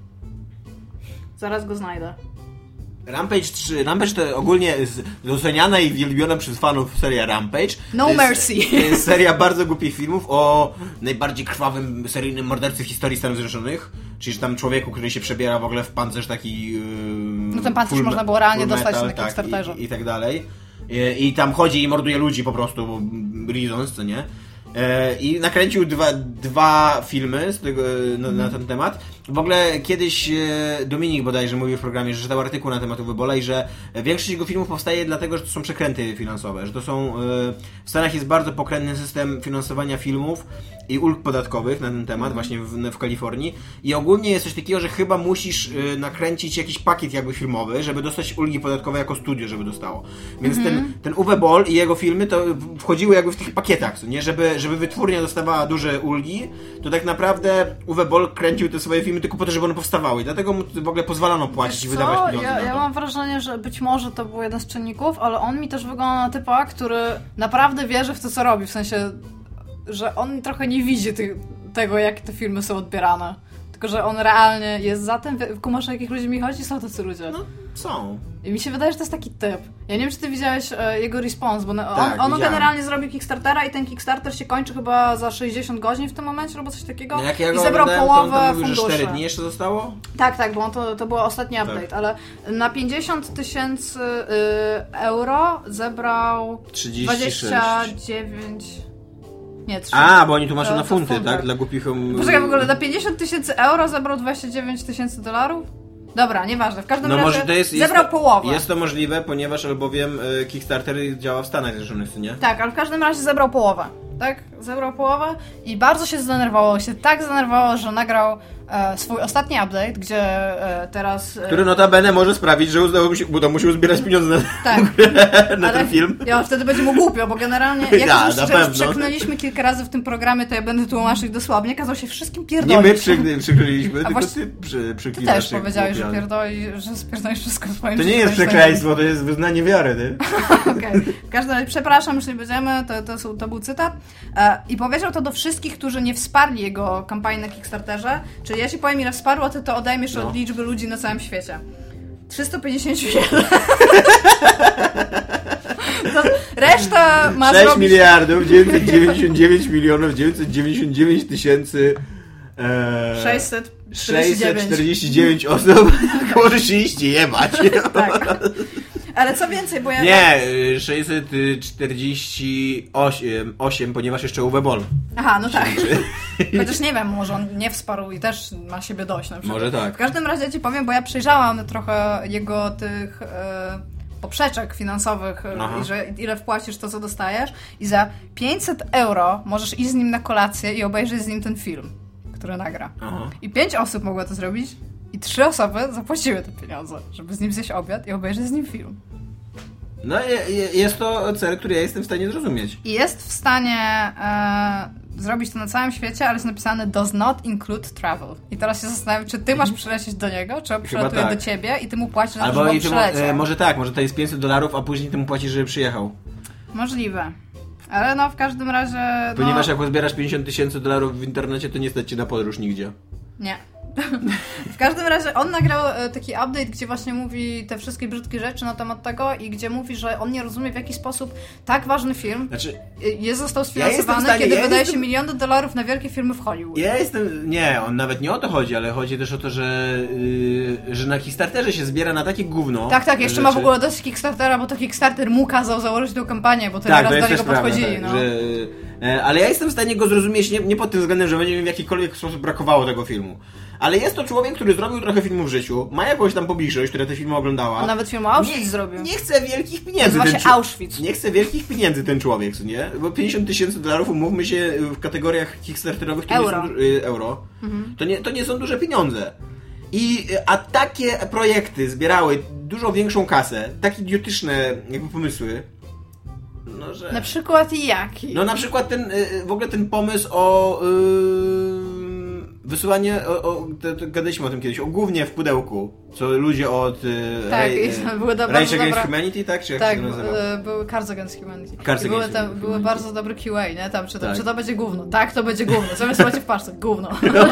Zaraz go znajdę. Rampage trzy. Rampage to ogólnie doceniana i wielbiona przez fanów seria Rampage. No to jest, Mercy. To jest seria bardzo głupich filmów o najbardziej krwawym seryjnym mordercy w historii Stanów Zjednoczonych. Czyli że tam człowieku, który się przebiera w ogóle w pancerz taki... Yy, no ten pancerz można było realnie metal, dostać na tak, Kickstarterze. I, I tak dalej. I, I tam chodzi i morduje ludzi po prostu, reasons, co nie? I nakręcił dwa, dwa filmy z tego, na, na ten temat. W ogóle kiedyś Dominik bodajże mówił w programie, że czytał artykuł na temat Uwe Bolla i że większość jego filmów powstaje dlatego, że to są przekręty finansowe, że to są... W Stanach jest bardzo pokrętny system finansowania filmów i ulg podatkowych na ten temat, właśnie w, w Kalifornii. I ogólnie jest coś takiego, że chyba musisz nakręcić jakiś pakiet jakby filmowy, żeby dostać ulgi podatkowe jako studio, żeby dostało. Więc mm-hmm. ten, ten Uwe Boll i jego filmy to wchodziły jakby w tych pakietach, nie? Żeby, żeby wytwórnia dostawała duże ulgi, to tak naprawdę Uwe Boll kręcił te swoje filmy tylko po to, żeby one powstawały. I dlatego mu w ogóle pozwalano płacić i wydawać pieniądze. Ja, na to. ja mam wrażenie, że być może to był jeden z czynników, ale on mi też wygląda na typa, który naprawdę wierzy w to, co robi. W sensie, że on trochę nie widzi ty, tego, jak te filmy są odbierane. Tylko, że on realnie jest za tym. Kumasz, o jakich ludzi mi chodzi? Są tacy ludzie. No, są. I mi się wydaje, że to jest taki typ. Ja nie wiem, czy ty widziałeś e, jego response, bo na, tak, on, on generalnie zrobił Kickstartera i ten Kickstarter się kończy chyba za sześćdziesiąt godzin w tym momencie, albo coś takiego. No jak ja I zebrał połowę to on mówił, funduszy. że cztery dni jeszcze zostało? Tak, tak, bo to, to był ostatni update, tak. Ale na pięćdziesiąt tysięcy y, euro zebrał trzydzieści sześć dwadzieścia dziewięć Nie, trzy. A, bo oni tłumaczą to, na to funty, funty. tak? Dla głupich... Um... Poczekaj, w ogóle na pięćdziesiąt tysięcy euro zabrał dwadzieścia dziewięć tysięcy dolarów? Dobra, nieważne. W każdym no razie może to jest, zebrał jest to, połowę. Jest to możliwe, ponieważ albowiem e, Kickstarter działa w Stanach Zjednoczonych, nie? Tak, ale w każdym razie zebrał połowę. Tak? Zebrał połowę i bardzo się zdenerwował. Się tak zdenerwował, że nagrał e, swój ostatni update, gdzie e, teraz... E, Który notabene może sprawić, że udało mu się, uda mu się uzbierać pieniądze na, tak, na ten film. Ja wtedy będzie mu głupio, bo generalnie jak Ja, już, na że już pewno. przeklnęliśmy kilka razy w tym programie, to ja będę tłumaczyć dosłownie, kazał się wszystkim pierdolić. Nie my przykry, przykryliśmy, tylko właśnie, ty przy, Ty przykrywasz też się powiedziałeś, że głupiany. pierdoli, że spierdolisz wszystko w swoim To nie życiu, jest swoim przekleństwo, to jest wyznanie wiary, ty. Okej. Okay. W każdym razie, przepraszam, już nie będziemy, to, to, są, to był cytat. E, I powiedział to do wszystkich, którzy nie wsparli jego kampanii na Kickstarterze. Czyli ja ci powiem, ile wsparło, a ty to odejmiesz no. od liczby ludzi na całym świecie. trzysta pięćdziesiąt jeden. To reszta ma sześć zrobić... miliardów, dziewięćset dziewięćdziesiąt dziewięć milionów, dziewięćset dziewięćdziesiąt dziewięć tysięcy... E, sześćset sześćset czterdzieści dziewięć osób. Może się iść jebać. Tak. Ale co więcej, bo ja... Nie, sześćset czterdzieści osiem, ponieważ jeszcze U W Ball. Aha, no tak. Chociaż nie wiem, może on nie wsparł i też ma siebie dość na przykład. Może tak. W każdym razie ci powiem, bo ja przejrzałam trochę jego tych e, poprzeczek finansowych e, i że ile wpłacisz, to co dostajesz i za pięćset euro możesz iść z nim na kolację i obejrzeć z nim ten film, który nagra. Aha. I pięć osób mogło to zrobić i trzy osoby zapłaciły te pieniądze, żeby z nim zjeść obiad i obejrzeć z nim film. No je, je, jest to cel, który ja jestem w stanie zrozumieć. I jest w stanie e, zrobić to na całym świecie, ale jest napisane does not include travel. I teraz się zastanawiam, czy ty masz przylecieć do niego, czy on przylatuje tak. do ciebie i ty mu płacisz za to, Albo żeby on i ty mu, przyleciał. e, może tak, może to jest pięćset dolarów, a później ty mu płacisz, żeby przyjechał. Możliwe. Ale no w każdym razie... Ponieważ no, jak uzbierasz pięćdziesiąt tysięcy dolarów w internecie, to nie stać cię na podróż nigdzie. Nie. W każdym razie on nagrał taki update, gdzie właśnie mówi te wszystkie brzydkie rzeczy na temat tego i gdzie mówi, że on nie rozumie, w jaki sposób tak ważny film Znaczy, jest został ja sfinansowany, stanie, kiedy ja wydaje jestem... się miliony dolarów na wielkie filmy w Hollywood. Ja jestem... Nie, on nawet nie o to chodzi, ale chodzi też o to, że, yy, że na Kickstarterze się zbiera na takie gówno. Tak, tak, jeszcze rzeczy. ma w ogóle dość Kickstartera, bo to Kickstarter mu kazał założyć tą kampanię, bo tyle Tak, raz to do jest niego też prawda, podchodzili. tak, No. że, e, ale ja jestem w stanie go zrozumieć nie, nie pod tym względem, że będzie mi w jakikolwiek sposób brakowało tego filmu. Ale jest to człowiek, który zrobił trochę filmów w życiu, ma jakąś tam publiczność, która te filmy oglądała. On nawet film o Auschwitz nie, zrobił. Nie chce wielkich pieniędzy. Nazywa ten się człowiek. Auschwitz. Nie chce wielkich pieniędzy ten człowiek, co nie? Bo pięćdziesiąt tysięcy dolarów, umówmy się, w kategoriach kickstarterowych to Euro. nie są, y, euro. Mhm. To, nie, to nie są duże pieniądze. I, a takie projekty zbierały dużo większą kasę, tak idiotyczne jakby pomysły, no, że... Na przykład jaki? No na przykład ten, y, w ogóle ten pomysł o y, wysyłanie, o, o, to, to gadaliśmy o tym kiedyś, o głównie w pudełku, co ludzie od y, Tak, Ray, i y, były do, Rage bardzo Against dobra... Humanity, tak? Czy jak Tak, się to nazywa? b- były Cards Against Humanity. Cards I były, Against tam, Humanity. były bardzo dobre Q A, nie? Tam, czy, to, Tak. czy to będzie gówno? Tak, to będzie gówno. Zamiast macie w paczce, gówno.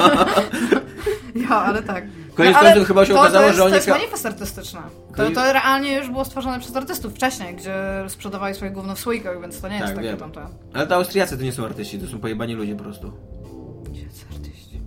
Ja, ale tak. Koniec ale końców chyba się to, okazało, to jest, że oni... To jest manifest artystyczny. To, Koniec- to realnie już było stworzone przez artystów wcześniej, gdzie sprzedawali swoje gówno w słoikach, więc to nie jest Tak, takie wiem. tam to. Ale to Austriacy to nie są artyści, to są pojebani ludzie po prostu. Artyści.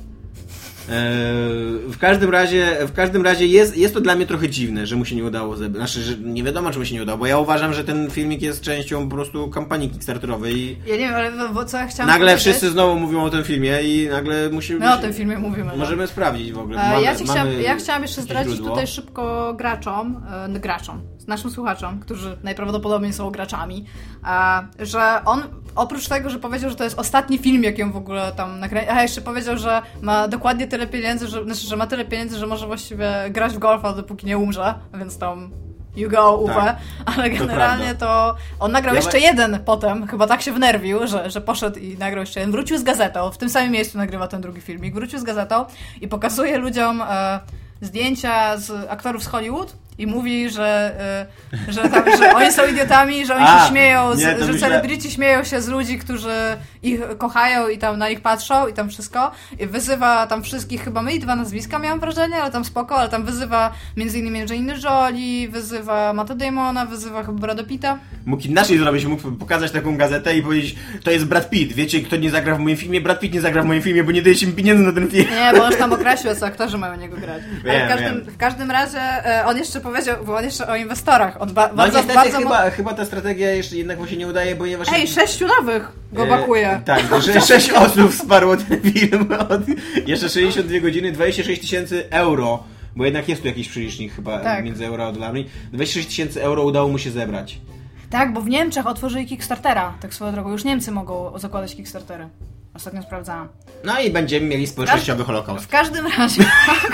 Eee, w każdym razie, w każdym razie jest, jest to dla mnie trochę dziwne, że mu się nie udało zebrać. Znaczy, że nie wiadomo, czy mu się nie udało, bo ja uważam, że ten filmik jest częścią po prostu kampanii kickstarterowej i Ja nie wiem, ale bo, bo co ja chciałam nagle powiedzieć? wszyscy znowu mówią o tym filmie i nagle musimy... My o tym filmie mówimy. No. Możemy sprawdzić w ogóle. E, Mamy, ja, ci chciałam, mamy ja chciałam jeszcze jakieś zdradzić źródło. tutaj szybko graczom, e, graczom, naszym słuchaczom, którzy najprawdopodobniej są graczami, e, że on oprócz tego, że powiedział, że to jest ostatni film, jaki on w ogóle tam nakręcił, a jeszcze powiedział, że ma dokładnie tyle pieniędzy, że, znaczy, że ma tyle pieniędzy, że może właściwie grać w golfa, dopóki nie umrze, więc tam you go, Uwe, Tak, ale generalnie to, to on nagrał Ja jeszcze ma... jeden potem, chyba tak się wnerwił, że, że poszedł i nagrał jeszcze jeden, wrócił z gazetą, w tym samym miejscu nagrywa ten drugi filmik, wrócił z gazetą i pokazuje ludziom e, zdjęcia z aktorów z Hollywood i mówi, że, y, że, tam, że oni są idiotami, że oni A, się śmieją, z, nie, to że myślę- celebryci śmieją się z ludzi, którzy ich kochają i tam na nich patrzą i tam wszystko. I wyzywa tam wszystkich, chyba my i dwa nazwiska miałam wrażenie, ale tam spoko, ale tam wyzywa między innymi Angeliny Jolie, wyzywa Matta Damona, wyzywa chyba Brada Pitta. Mógł inaczej zrobić, mógł pokazać taką gazetę i powiedzieć, to jest Brad Pitt, wiecie kto nie zagra w moim filmie? Brad Pitt nie zagra w moim filmie, bo nie dajecie mi pieniędzy na ten film. Nie, bo on już tam określił, co aktorzy mają niego grać. Ale Wiem, w, każdym, wiem. w każdym razie e, on jeszcze powiedział, bo on jeszcze o inwestorach. On ba- no bardzo, niestety bardzo chyba, mo- chyba ta strategia jeszcze jednak mu się nie udaje, ponieważ... Ej, sześciu nowych go bakuje. E, tak, że sześć osób wsparło ten film od jeszcze sześćdziesiąt dwie godziny, dwadzieścia sześć tysięcy euro, bo jednak jest tu jakiś przelicznik chyba tak. między euro a dolarami. dwadzieścia sześć tysięcy euro udało mu się zebrać. Tak, bo w Niemczech otworzyli Kickstartera, tak swoją drogą. Już Niemcy mogą zakładać Kickstartery. Ostatnio sprawdzałam. No i będziemy mieli społecznościowy Holokaust. W każdym razie...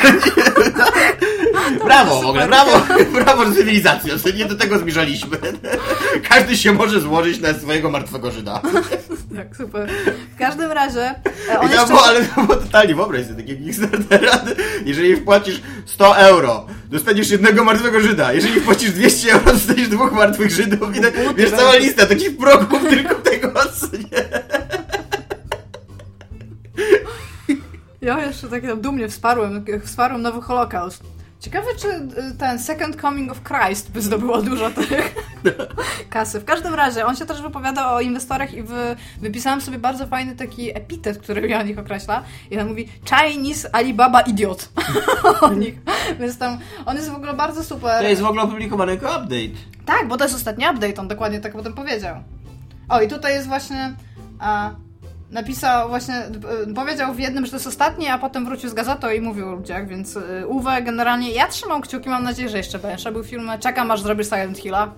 Brawo w ogóle, brawo, brawo z cywilizacją, nie do tego zmierzaliśmy. Każdy się może złożyć na swojego martwego Żyda. Tak, super. W każdym razie... On I to jeszcze... było, ale to było totalnie, wyobraź sobie takiego Kickstartera. Jeżeli wpłacisz sto euro, dostaniesz jednego martwego Żyda. Jeżeli wpłacisz dwieście euro, dostaniesz dwóch martwych Żydów. I tak, wiesz, cała lista takich progów tylko tego, co nie... Ja jeszcze tak tam dumnie wsparłem, wsparłem nowy Holokaust. Ciekawe, czy ten Second Coming of Christ by zdobyło dużo tych kasy. W każdym razie, on się też wypowiada o inwestorach i wy, wypisałam sobie bardzo fajny taki epitet, który o nich określa. I on mówi Chinese Alibaba Idiot. o nich. Więc tam, on jest w ogóle bardzo super. To jest w ogóle opublikowany jako update. Tak, bo to jest ostatni update, on dokładnie tak potem powiedział. O, i tutaj jest właśnie... A, napisał właśnie, powiedział w jednym, że to jest ostatni, a potem wrócił z gazetą i mówił o ludziach, więc Uwe generalnie, ja trzymam kciuki, mam nadzieję, że jeszcze będzie był film, czekam aż zrobisz Silent Hilla.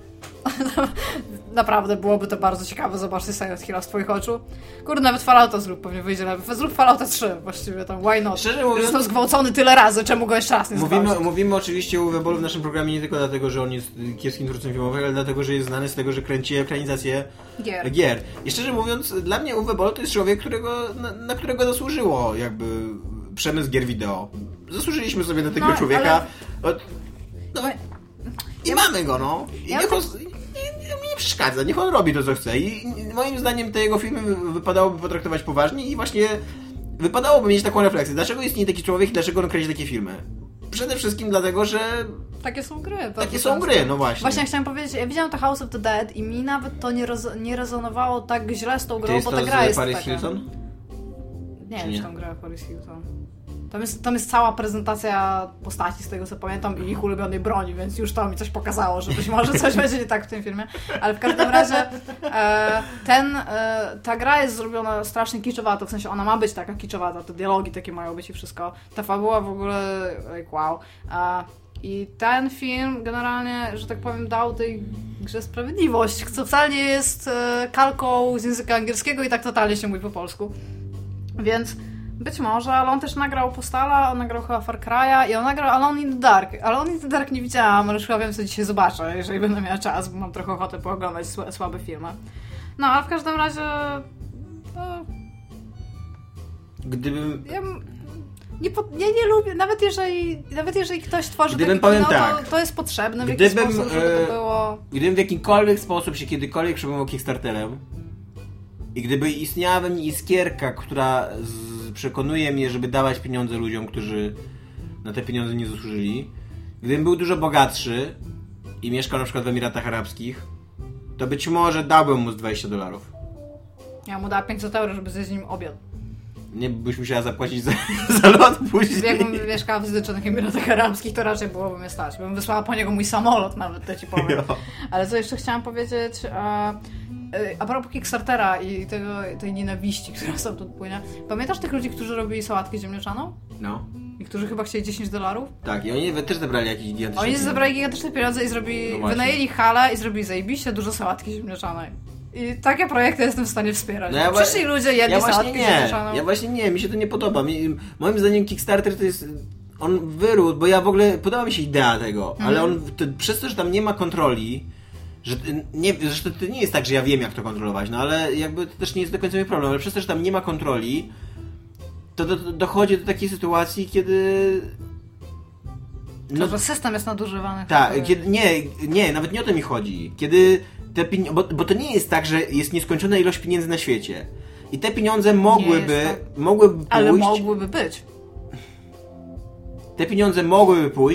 Naprawdę byłoby to bardzo ciekawe zobaczyć Silent Hilla z twoich oczu. Kurde, nawet Fallouta zrób, pewnie wyjdzie nawet. Zrób Fallouta trzy właściwie, tam why not? Szczerze mówiąc... Został zgwałcony tyle razy, czemu go jeszcze raz nie mówimy, zgwałcić? mówimy oczywiście o Uwe Bollu w naszym programie nie tylko dlatego, że on jest kiepskim twórcą filmowym, ale dlatego, że jest znany z tego, że kręci ekranizację gier. gier. I szczerze mówiąc, dla mnie Uwe Boll to jest człowiek, którego, na, na którego zasłużyło jakby przemysł gier wideo. Zasłużyliśmy sobie na tego no, człowieka. Ale... Od... No, I ja mamy go, no. I ja niech on... Nie, nie przeszkadza, niech on robi to, co chce. I moim zdaniem te jego filmy wypadałoby potraktować poważnie i właśnie wypadałoby mieć taką refleksję. Dlaczego istnieje taki człowiek i dlaczego on kręci takie filmy? Przede wszystkim dlatego, że... Takie są gry. Takie są gry, no właśnie. Właśnie chciałam powiedzieć, ja widziałam to House of the Dead i mi nawet to nie, roz, nie rezonowało tak źle z tą grą, bo ta gra jest Paris taka... Hilton? Nie wiem, czy tą grę Paris Hilton. Tam jest, tam jest cała prezentacja postaci, z tego co pamiętam, i ich ulubionej broni, więc już to mi coś pokazało, że być może coś będzie nie tak w tym filmie. Ale w każdym razie e, ten, e, ta gra jest zrobiona strasznie kiczowato, w sensie ona ma być taka kiczowata, te dialogi takie mają być i wszystko. Ta fabuła w ogóle, like wow. E, I ten film generalnie, że tak powiem, dał tej grze sprawiedliwość, co wcale nie jest e, kalką z języka angielskiego i tak totalnie się mówi po polsku. Więc być może, ale on też nagrał Postala, on nagrał chyba Far Cry'a i on nagrał Alone in the Dark. Alone in the Dark nie widziałam, ale już chyba wiem, co dzisiaj zobaczę, jeżeli będę miała czas, bo mam trochę ochotę pooglądać sł- słabe filmy. No, ale w każdym razie... No, Gdybym... Ja, nie, po, ja nie lubię, nawet jeżeli, nawet jeżeli ktoś tworzy Gdybym taki kino, tak, to, to jest potrzebne w gdybym, jakiś sposób, żeby to było... Gdybym w jakimkolwiek sposób się kiedykolwiek przypomniał Kickstarterem i gdyby istniała we mnie iskierka, która z, przekonuje mnie, żeby dawać pieniądze ludziom, którzy na te pieniądze nie zasłużyli, gdybym był dużo bogatszy i mieszkał na przykład w Emiratach Arabskich, to być może dałbym mu z dwadzieścia dolarów. Ja mu dała pięćset euro, żeby zjeść z nim obiad. Nie byś musiała zapłacić za, za lot później. Jakbym mieszkała w Zjednoczonych Emiratach Arabskich, to raczej byłoby mnie stać. Bym wysłała po niego mój samolot nawet, to ci powiem. Jo. Ale co jeszcze chciałam powiedzieć... A, a propos Kickstartera i tego, tej nienawiści, która stamtąd płynie. Pamiętasz tych ludzi, którzy robili sałatkę ziemniaczaną? No. I którzy chyba chcieli dziesięć dolarów? Tak, i oni też zebrali jakieś gigantyczne Oni pieniądze. zebrali gigantyczne pieniądze i zrobili, no wynajęli halę i zrobili zajebiście dużo sałatki ziemniaczanej. I takie projekty jestem w stanie wspierać. No ja Przyszli wa- ludzie, jedli ja sałatkę nie. ziemniaczaną. Ja właśnie nie, mi się to nie podoba. Mi, moim zdaniem Kickstarter to jest... On wyrósł, bo ja w ogóle... Podoba mi się idea tego, mm. ale on to, przez to, że tam nie ma kontroli, że nie, zresztą to nie jest tak, że ja wiem, jak to kontrolować, no ale jakby to też nie jest do końca mój problem, ale przez to, że tam nie ma kontroli, to do, do, dochodzi do takiej sytuacji, kiedy... No, to, że system jest nadużywany. Tak, kiedy, nie, nie, nawet nie o to mi chodzi. Kiedy te pieniądze, bo, bo to nie jest tak, że jest nieskończona ilość pieniędzy na świecie. I te pieniądze mogłyby, tak. mogłyby pójść... Ale mogłyby być. Te pieniądze mogłyby pójść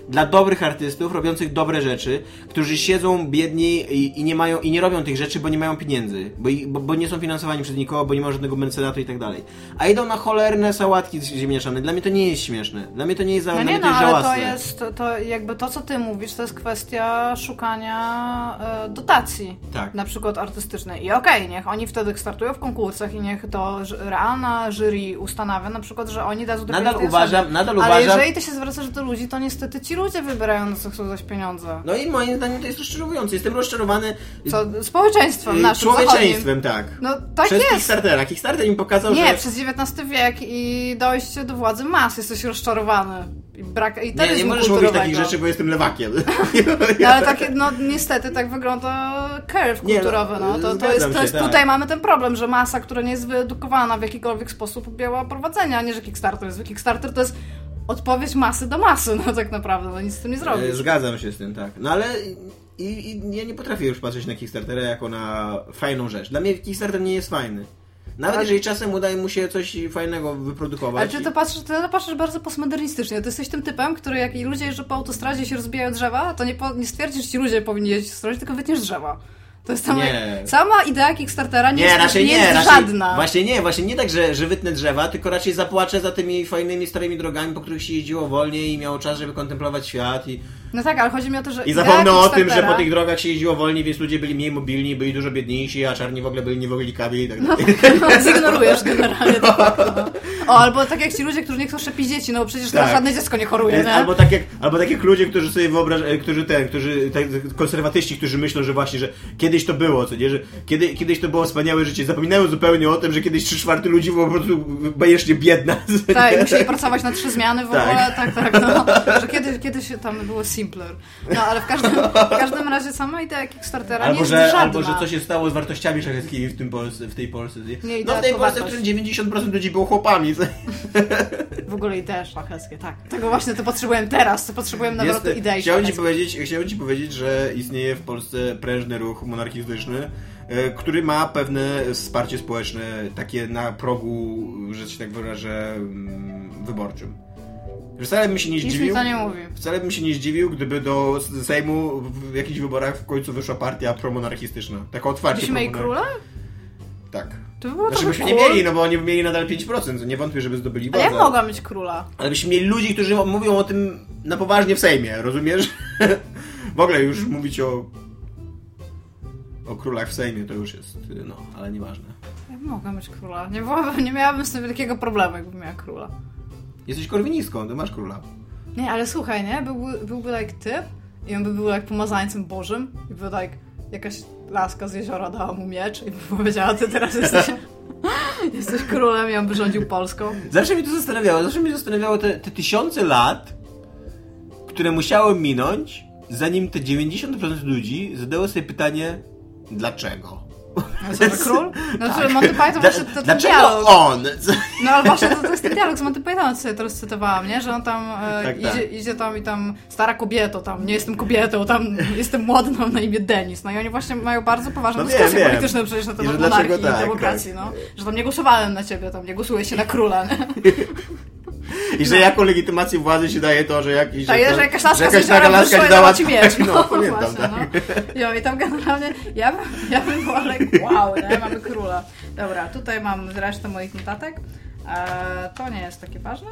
dla dobrych artystów, robiących dobre rzeczy, którzy siedzą biedni i, i nie mają i nie robią tych rzeczy, bo nie mają pieniędzy, bo, bo, bo nie są finansowani przez nikogo, bo nie ma żadnego mecenatu i tak dalej. A idą na cholerne sałatki ziemniaczane. Dla mnie to nie jest śmieszne. Dla mnie to nie jest No dla nie, mnie no, to jest ale żałosne. to jest, to jakby to, co ty mówisz, to jest kwestia szukania e, dotacji. Tak. Na przykład artystycznej. I okej, okay, niech oni wtedy startują w konkursach i niech to ż- realna jury ustanawia na przykład, że oni dadzą do Nadal uważam, nadal ale uważam... jeżeli ty się zwracasz do ludzi, to niestety ci ludzie wybierają, na co chcą dać pieniądze. No i moim zdaniem to jest rozczarowujące. Jestem rozczarowany... Co? Społeczeństwem naszym Człowieczeństwem, tak. No tak przez jest. Kickstartera. Kickstarter im pokazał, Nie, że... przez dziewiętnasty wiek i dojście do władzy mas. Jesteś rozczarowany. I brak i Nie, nie możesz mówić takich rzeczy, bo jestem lewakiem. No ale takie, no niestety tak wygląda curve Nie, kulturowy, no. To, to jest, to jest się, tak. tutaj mamy ten problem, że masa, która nie jest wyedukowana w jakikolwiek sposób objęła prowadzenia, a nie, że Kickstarter jest. Kickstarter to jest odpowiedź masy do masy, no tak naprawdę, no nic z tym nie zrobisz. Zgadzam się z tym, tak. No ale i, i ja nie potrafię już patrzeć na Kickstartera jako na fajną rzecz. Dla mnie Kickstarter nie jest fajny. Nawet ale... jeżeli czasem udaje mu się coś fajnego wyprodukować. Ale czy to patrzysz, ty to patrzysz bardzo postmodernistycznie. Ty jesteś tym typem, który jak i ludzie jeżdżą po autostradzie i się rozbijają drzewa, to nie, po, nie stwierdzisz, że ci ludzie powinni jeździć w stronie, tylko wytniesz drzewa. To jest sama, sama idea Kickstartera nie, nie jest, raczej nie, nie jest raczej, żadna. Właśnie nie, właśnie nie tak, że, że wytnę drzewa, tylko raczej zapłaczę za tymi fajnymi, starymi drogami, po których się jeździło wolniej i miało czas, żeby kontemplować świat. I... No tak, ale chodzi mi o to, że I zapomnę o tym, że po tych drogach się jeździło wolniej, więc ludzie byli mniej mobilni, byli dużo biedniejsi, a czarni w ogóle byli niewolnikami i tak dalej. No, no, zignorujesz generalnie to fakt, no. O, albo tak jak ci ludzie, którzy nie chcą szczepić dzieci, no przecież tak. żadne dziecko nie choruje, nie? Albo tak jak, albo tak jak ludzie, którzy sobie wyobrażają, którzy ten, którzy, tak, konserwatyści, którzy myślą, że właśnie, że kiedyś to było, co nie, że kiedy, kiedyś to było wspaniałe życie. Zapominają zupełnie o tym, że kiedyś trzy czwarte ludzi było po prostu bajecznie biedna. Tak, musieli pracować na trzy zmiany w tak. ogóle, tak, tak, no. Że kiedyś, kiedyś tam było simpler. No, ale w każdym, w każdym razie sama idea Kickstartera albo, nie jest że, żadna. Albo, że co się stało z wartościami szlacheckimi w, tym Polsce, w tej Polsce. Nie, no w tej Polsce, w której dziewięćdziesiąt procent ludzi było chłopami. W ogóle idee szlacheckie, tak. Tego właśnie to potrzebujemy teraz, to potrzebujemy nawrotu Jest, idei chciałem ci, powiedzieć, chciałem ci powiedzieć, że istnieje w Polsce prężny ruch monarchistyczny, który ma pewne wsparcie społeczne, takie na progu, że się tak wyrażę, wyborczym. Wcale bym się nie zdziwił. Nic mi to nie mówi. Wcale bym się nie zdziwił, gdyby do Sejmu w jakichś wyborach w końcu wyszła partia promonarchistyczna. Taka otwarcie. Byśmy mieli króla? Tak. To by było znaczy byśmy cool. nie mieli, no bo oni by mieli nadal pięć procent. Nie wątpię, żeby zdobyli władzę. Ale ja mogłam mieć króla. Ale byśmy mieli ludzi, którzy mówią o tym na poważnie w Sejmie, rozumiesz? W ogóle już mówić o o królach w Sejmie to już jest, no, ale nieważne. Ja mogłam mieć króla. Nie, byłabym, nie miałabym z tym wielkiego problemu, jakbym miała króla. Jesteś korwinistką, ty masz króla. Nie, ale słuchaj, nie? Byłby, byłby like typ i on by był like pomazańcem bożym i by like jakaś laska z jeziora dała mu miecz i by powiedziała, ty teraz jesteś jesteś królem i on by rządził Polską. Zawsze mnie to zastanawiało, zawsze mnie zastanawiało te, te tysiące lat, które musiały minąć, zanim te dziewięćdziesiąt procent ludzi zadało sobie pytanie, dlaczego? A co, że król? No, tak. Monty Python właśnie to, to dlaczego dialog. on? No ale właśnie to, to jest ten dialog z Monty Python, co sobie teraz cytowałam, nie? Że on tam e, tak, idzie, tak. idzie tam i tam stara kobieto, tam nie jestem kobietą, tam jestem młody, mam na imię Denis. No i oni właśnie mają bardzo poważne no dyskusje wiem, polityczne wiem. przecież na I temat że monarchii dlaczego tak, i demokracji, tak. no. Że tam nie głosowałem na ciebie, tam nie głosuje się na króla, nie? I że no. jako legitymację władzy się daje to, że jakiś... To jest, że jakaś laska że z jeziora laska wyszła i dała dała ci miecz. No, no pamiętam, właśnie, tak. no. Jo, i tam generalnie ja bym, ja bym była like, wow, nie? Mamy króla. Dobra, tutaj mam resztę moich notatek. Eee, to nie jest takie ważne.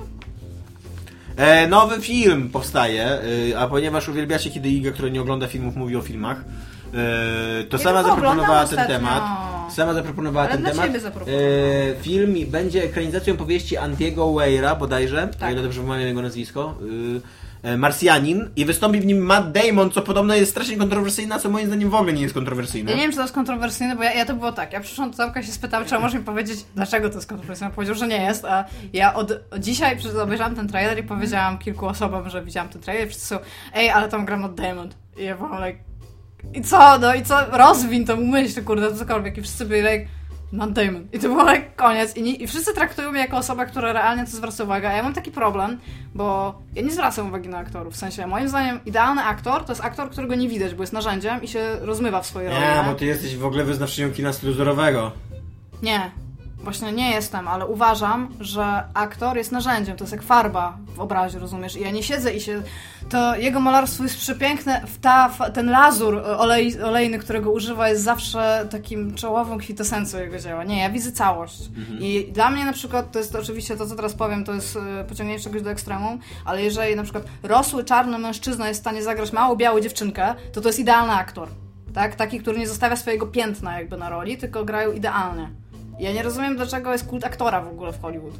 E, nowy film powstaje, e, a ponieważ uwielbiacie, kiedy Iga, która nie ogląda filmów, mówi o filmach, e, to ja sama zaproponowała ten ostatnio. temat. Sama zaproponowała Ale ten dla temat. ciebie zaproponowała. E, film będzie ekranizacją powieści Andiego Weira bodajże, Tak. o ile dobrze wymawiam jego nazwisko. E, Marsjanin i wystąpi w nim Matt Damon, co podobno jest strasznie kontrowersyjne, a co moim zdaniem w ogóle nie jest kontrowersyjne. Ja nie wiem, czy to jest kontrowersyjne, bo ja, ja to było tak. Ja przyszłam do Tomka, się spytałam, czy może mi powiedzieć, dlaczego to jest kontrowersyjne. On powiedział, że nie jest, a ja od, od dzisiaj obejrzałam ten trailer i powiedziałam kilku osobom, że widziałam ten trailer i wszyscy są, ej, ale tam gra Matt Damon. I ja byłam like, i co, no i co, rozwin tą myśl, kurde, cokolwiek. I wszyscy byli like, Matt Damon. I to było like, koniec. I, nie, I wszyscy traktują mnie jako osobę, która realnie to zwraca uwagę. A ja mam taki problem, bo ja nie zwracam uwagi na aktorów. W sensie, moim zdaniem, idealny aktor to jest aktor, którego nie widać, bo jest narzędziem i się rozmywa w swojej roli. Nie, bo ty jesteś w ogóle wyznawczynią kina stylu wzorowego. Nie. Właśnie nie jestem, ale uważam, że aktor jest narzędziem, to jest jak farba w obrazie, rozumiesz? I ja nie siedzę i się... To jego malarstwo jest przepiękne, ta, ten lazur olej, olejny, którego używa, jest zawsze takim czołową kwintesencją jego dzieła. Nie, ja widzę całość. Mhm. I dla mnie na przykład, to jest oczywiście to, co teraz powiem, to jest pociągnięcie czegoś do ekstremum, ale jeżeli na przykład rosły, czarny mężczyzna jest w stanie zagrać małą, białą dziewczynkę, to to jest idealny aktor. Tak? Taki, który nie zostawia swojego piętna jakby na roli, tylko grają idealnie. Ja nie rozumiem, dlaczego jest kult aktora w ogóle w Hollywood.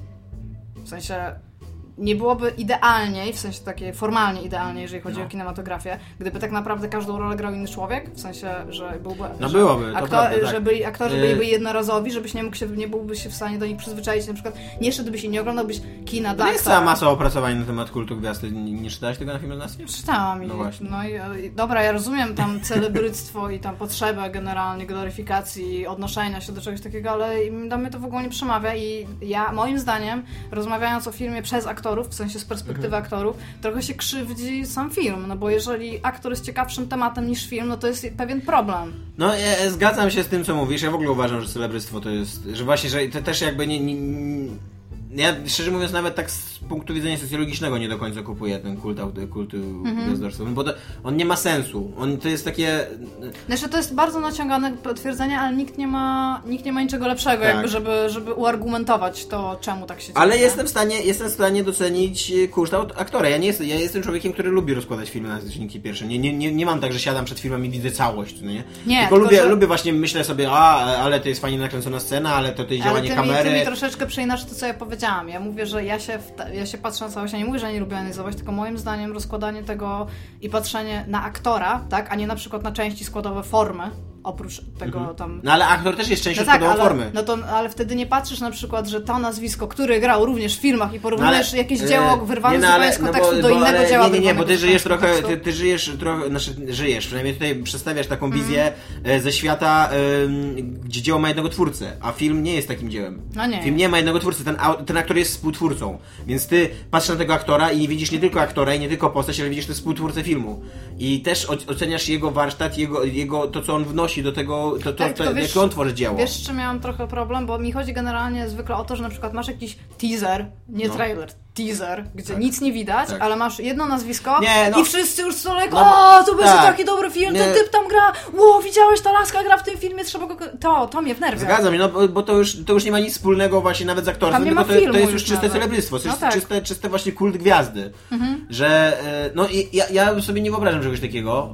W sensie, nie byłoby idealniej, w sensie takiej formalnie idealnie, jeżeli chodzi no. o kinematografię, gdyby tak naprawdę każdą rolę grał inny człowiek, w sensie, że byłby... No że byłoby, aktor, to prawda, tak. że byli, aktorzy yy... byliby jednorazowi, żebyś nie mógł się, nie byłbyś się w stanie do nich przyzwyczaić, na przykład nie szedłbyś i nie oglądałbyś kina dla no jest cała masa opracowań na temat kultu gwiazdy. Nie, nie czytałeś tego na filmoznawstwie? Czytałam. No, właśnie. no i, i dobra, ja rozumiem tam celebryctwo i tam potrzebę generalnie gloryfikacji, odnoszenia się do czegoś takiego, ale do mnie to w ogóle nie przemawia i ja, moim zdaniem, rozmawiając o filmie przez aktorów, w sensie z perspektywy mhm. aktorów, trochę się krzywdzi sam film, no bo jeżeli aktor jest ciekawszym tematem niż film, no to jest pewien problem. No ja zgadzam się z tym, co mówisz. Ja w ogóle uważam, że celebryctwo to jest, że właśnie, że to też jakby nie, nie, nie ja szczerze mówiąc nawet tak z punktu widzenia socjologicznego nie do końca kupuję ten kult, kultu mhm. gwiazdorstwa, bo to, on nie ma sensu. On to jest takie... Znaczy to jest bardzo naciągane potwierdzenie, ale nikt nie ma, nikt nie ma niczego lepszego, tak. jakby, żeby, żeby uargumentować to, czemu tak się dzieje. Ale jestem w stanie, jestem w stanie docenić koszt aktora. Ja nie jestem, ja jestem człowiekiem, który lubi rozkładać filmy na czynniki pierwsze. Nie, nie, nie, nie mam tak, że siadam przed filmem i widzę całość, no nie? Nie, tylko, tylko lubię, że... lubię właśnie, myślę sobie, a, ale to jest fajnie nakręcona scena, ale to, to jest działanie ale ty kamery. Ale ty mi troszeczkę przeinaczysz to, co ja powiedziałam. Ja mówię, że ja się, ja się patrzę na całość, ja nie mówię, że nie lubię analizować, tylko moim zdaniem rozkładanie tego i patrzenie na aktora, tak, a nie na przykład na części składowe formy, oprócz tego mhm. tam... No ale aktor też jest częścią no tak, składową ale, formy. No to, ale wtedy nie patrzysz na przykład, że to nazwisko, który grał również w filmach i porównujesz no jakieś dzieło wyrwane nie, no, zupełnie z kontekstu no do bo, innego ale, dzieła. Nie, nie, nie, bo ty żyjesz trochę, ty, ty żyjesz trochę, znaczy żyjesz, przynajmniej tutaj przedstawiasz taką mm. wizję ze świata, y, gdzie dzieło ma jednego twórcę, a film nie jest takim dziełem. No nie. Film nie ma jednego twórcy, ten, ten aktor jest współtwórcą, więc ty patrzysz na tego aktora i widzisz nie tylko aktora i nie tylko postać, ale widzisz też współtwórcę filmu. I też oceniasz jego warsztat, jego, jego to, co on wnosi do tego, to, to, tak, to, to wiesz, jak on tworzy dzieło. Wiesz, czy miałam trochę problem, bo mi chodzi generalnie zwykle o to, że na przykład masz jakiś teaser, nie no. trailer, teaser, gdzie tak. nic nie widać, tak. ale masz jedno nazwisko nie, no. i wszyscy już są like, no, o, to będzie tak. taki dobry film, nie. ten typ tam gra, ło, widziałeś, ta laska gra w tym filmie, trzeba go... To, to mnie wnerwia. Zgadzam się, no bo, bo to, już, to już nie ma nic wspólnego właśnie nawet z aktorstwem, tylko to, to jest już czyste nawet. Celebrystwo, to jest no tak. czyste, czyste właśnie kult gwiazdy. Mhm. Że, no i ja, ja sobie nie wyobrażam czegoś takiego,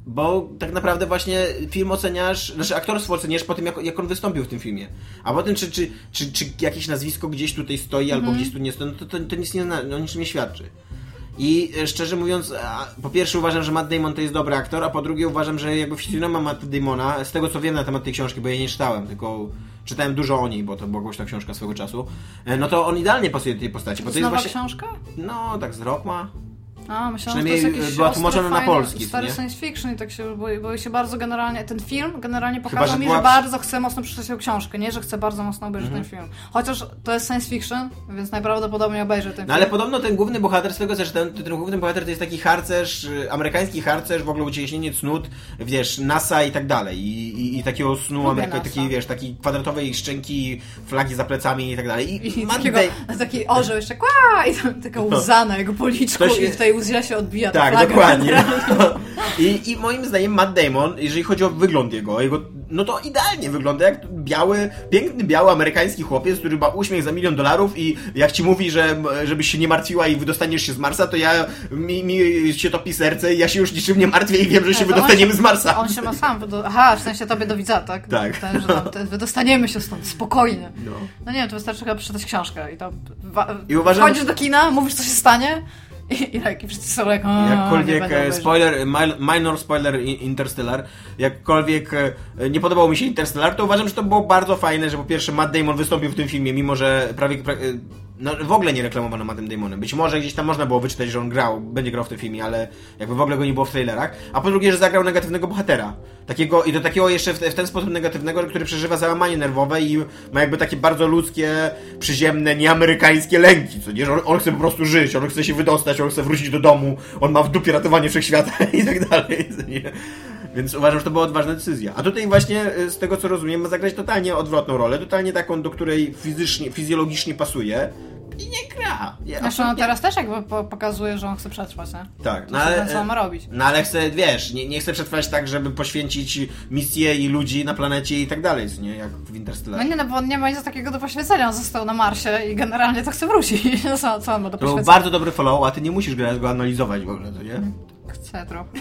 bo tak naprawdę właśnie film oceniasz, znaczy aktorstwo oceniasz po tym, jak, jak on wystąpił w tym filmie. A potem, czy, czy, czy, czy jakieś nazwisko gdzieś tutaj stoi, mm-hmm. albo gdzieś tu nie stoi, no to, to, to nic nie, no, niczym nie świadczy. I szczerze mówiąc, po pierwsze uważam, że Matt Damon to jest dobry aktor, a po drugie uważam, że jakby w historii ma Matt Damona, z tego co wiem na temat tej książki, bo ja nie czytałem, tylko czytałem dużo o niej, bo to była głośna książka swego czasu, no to on idealnie pasuje do tej postaci. Bo to jest właśnie książka? No, tak z rok ma. A, myślałam, że to jest jakiś była tłumaczona na polski, stary nie? science fiction i tak się, bo, bo się bardzo generalnie, ten film generalnie pokazał Chyba, że mi, była... że bardzo chcę mocno przeczytać tę książkę, nie, że chcę bardzo mocno obejrzeć mm-hmm. ten film. Chociaż to jest science fiction, więc najprawdopodobniej obejrzę ten no, film. Ale podobno ten główny bohater, z tego że ten, ten główny bohater to jest taki harcerz, amerykański harcerz, w ogóle ucieleśnienie cnót, wiesz, NASA i tak dalej. I, i, i takiego snu amerykańskiego, takiej, wiesz, takiej kwadratowej szczęki, flagi za plecami i tak dalej. I, I takiego, Day... taki orzeł jeszcze, kła, i tam taka łza na jego policzku Ktoś... i w tej łzie się odbija. Tak, flagę, dokładnie. I, I moim zdaniem Matt Damon, jeżeli chodzi o wygląd jego, jego, no to idealnie wygląda jak biały, piękny, biały amerykański chłopiec, który ma uśmiech za milion dolarów i jak ci mówi, że żebyś się nie martwiła i wydostaniesz się z Marsa, to ja, mi, mi się topi serce i ja się już niczym nie martwię i wiem, że się wydostaniemy się, z Marsa. On się ma sam, wydo- aha, w sensie tobie do widza, tak? Tak. Ten, że tam, ten, wydostaniemy się stąd, spokojnie. No. no nie wiem, to wystarczy chyba przeczytać książkę i to wa- I uważam, wchodzisz do kina, mówisz, co się stanie. I, i, tak, i wszyscy są jak, o, jakkolwiek spoiler, minor spoiler Interstellar, jakkolwiek nie podobał mi się Interstellar, to uważam, że to było bardzo fajne, że po pierwsze Matt Damon wystąpił w tym filmie, mimo że prawie pra, no, w ogóle nie reklamowano Mattem Damonem. Być może gdzieś tam można było wyczytać, że on grał, będzie grał w tym filmie, ale jakby w ogóle go nie było w trailerach. A po drugie, że zagrał negatywnego bohatera. Takiego, i do takiego jeszcze w, w ten sposób negatywnego, który przeżywa załamanie nerwowe i ma jakby takie bardzo ludzkie, przyziemne, nieamerykańskie lęki, co nie? Że on, on chce po prostu żyć, on chce się wydostać, on chce wrócić do domu, on ma w dupie ratowanie wszechświata i tak dalej, co nie? Więc uważam, że to była odważna decyzja. A tutaj właśnie, z tego co rozumiem, ma zagrać totalnie odwrotną rolę, totalnie taką, do której fizycznie, fizjologicznie pasuje i nie gra. Ja Zresztą absolutnie... teraz też jakby pokazuje, że on chce przetrwać, nie? Tak. No ale, co on ma robić. No ale chce, wiesz, nie, nie chce przetrwać tak, żeby poświęcić misję i ludzi na planecie i tak dalej, nie? Jak w Interstellarze. No nie, no bo on nie ma nic takiego do poświęcenia, on został na Marsie i generalnie to chce wrócić. co, co on ma do poświęcenia? To był bardzo dobry follow, a ty nie musisz go analizować w ogóle, to nie? Chcę trochę.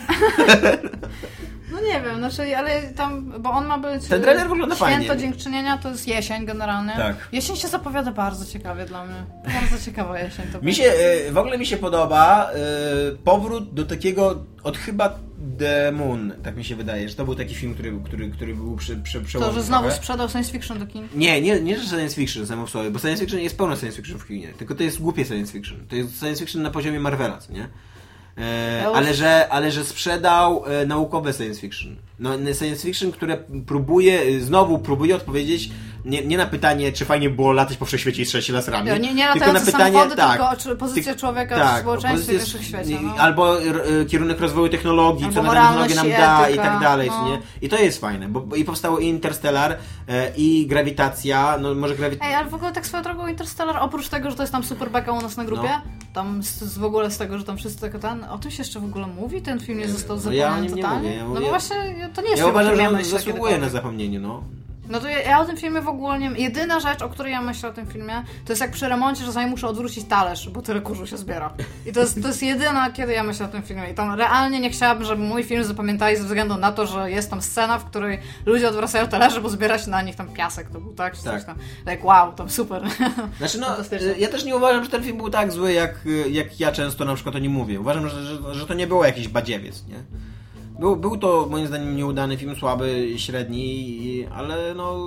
No nie wiem, znaczy, ale tam, bo on ma być... Ten trailer wygląda fajnie. Święto Dziękczynienia to jest jesień generalnie. Tak. Jesień się zapowiada bardzo ciekawie dla mnie. Bardzo ciekawa jesień to mi się, w ogóle mi się podoba powrót do takiego, od chyba The Moon, tak mi się wydaje, że to był taki film, który, który, który był przy, przy, przełomny. To, że znowu sprzedał science fiction do kin? Nie, nie, nie, że science fiction samo w sobie, bo science fiction jest pełno science fiction w kinie, tylko to jest głupie science fiction. To jest science fiction na poziomie Marvela, co nie? E, ale, że, ale że sprzedał e, naukowe science fiction. No, science fiction, które próbuje, znowu próbuje odpowiedzieć nie, nie na pytanie, czy fajnie było latać po wszechświecie i strzelać się laserami. Nie, nie, nie tylko na pytanie, tak, tylko pozycję człowieka tak, w społeczeństwie w wszechświecie. No. Albo r, kierunek rozwoju technologii, albo co na technologię nam da etyka, i tak dalej. No. Nie? I to jest fajne, bo i powstało i Interstellar, e, i Grawitacja, no może Grawitacja... Ej, ale w ogóle tak swoją drogą Interstellar, oprócz tego, że to jest tam super beka u nas na grupie, no. tam z, z w ogóle z tego, że tam wszyscy tylko ten, o tym się jeszcze w ogóle mówi, ten film nie został zapomniany no ja totalnie. Ja, no bo właśnie to nie jest ja film, uważam, że on zasługuje na zapomnienie, no. No to ja, ja o tym filmie w ogóle nie... Jedyna rzecz, o której ja myślę o tym filmie, to jest jak przy remoncie, że zanim muszę odwrócić talerz, bo tyle kurzu się zbiera. I to jest, to jest jedyna, kiedy ja myślę o tym filmie. I tam realnie nie chciałabym, żeby mój film zapamiętali ze względu na to, że jest tam scena, w której ludzie odwracają talerze, bo zbiera się na nich tam piasek. To był tak, czy tak. coś tam. Tak, wow, to super. Znaczy no, ja też nie uważam, że ten film był tak zły, jak, jak ja często na przykład o nim mówię. Uważam, że, że, że to nie było jakiś badziewiec, nie? Był, był to moim zdaniem nieudany film, słaby, średni, ale no...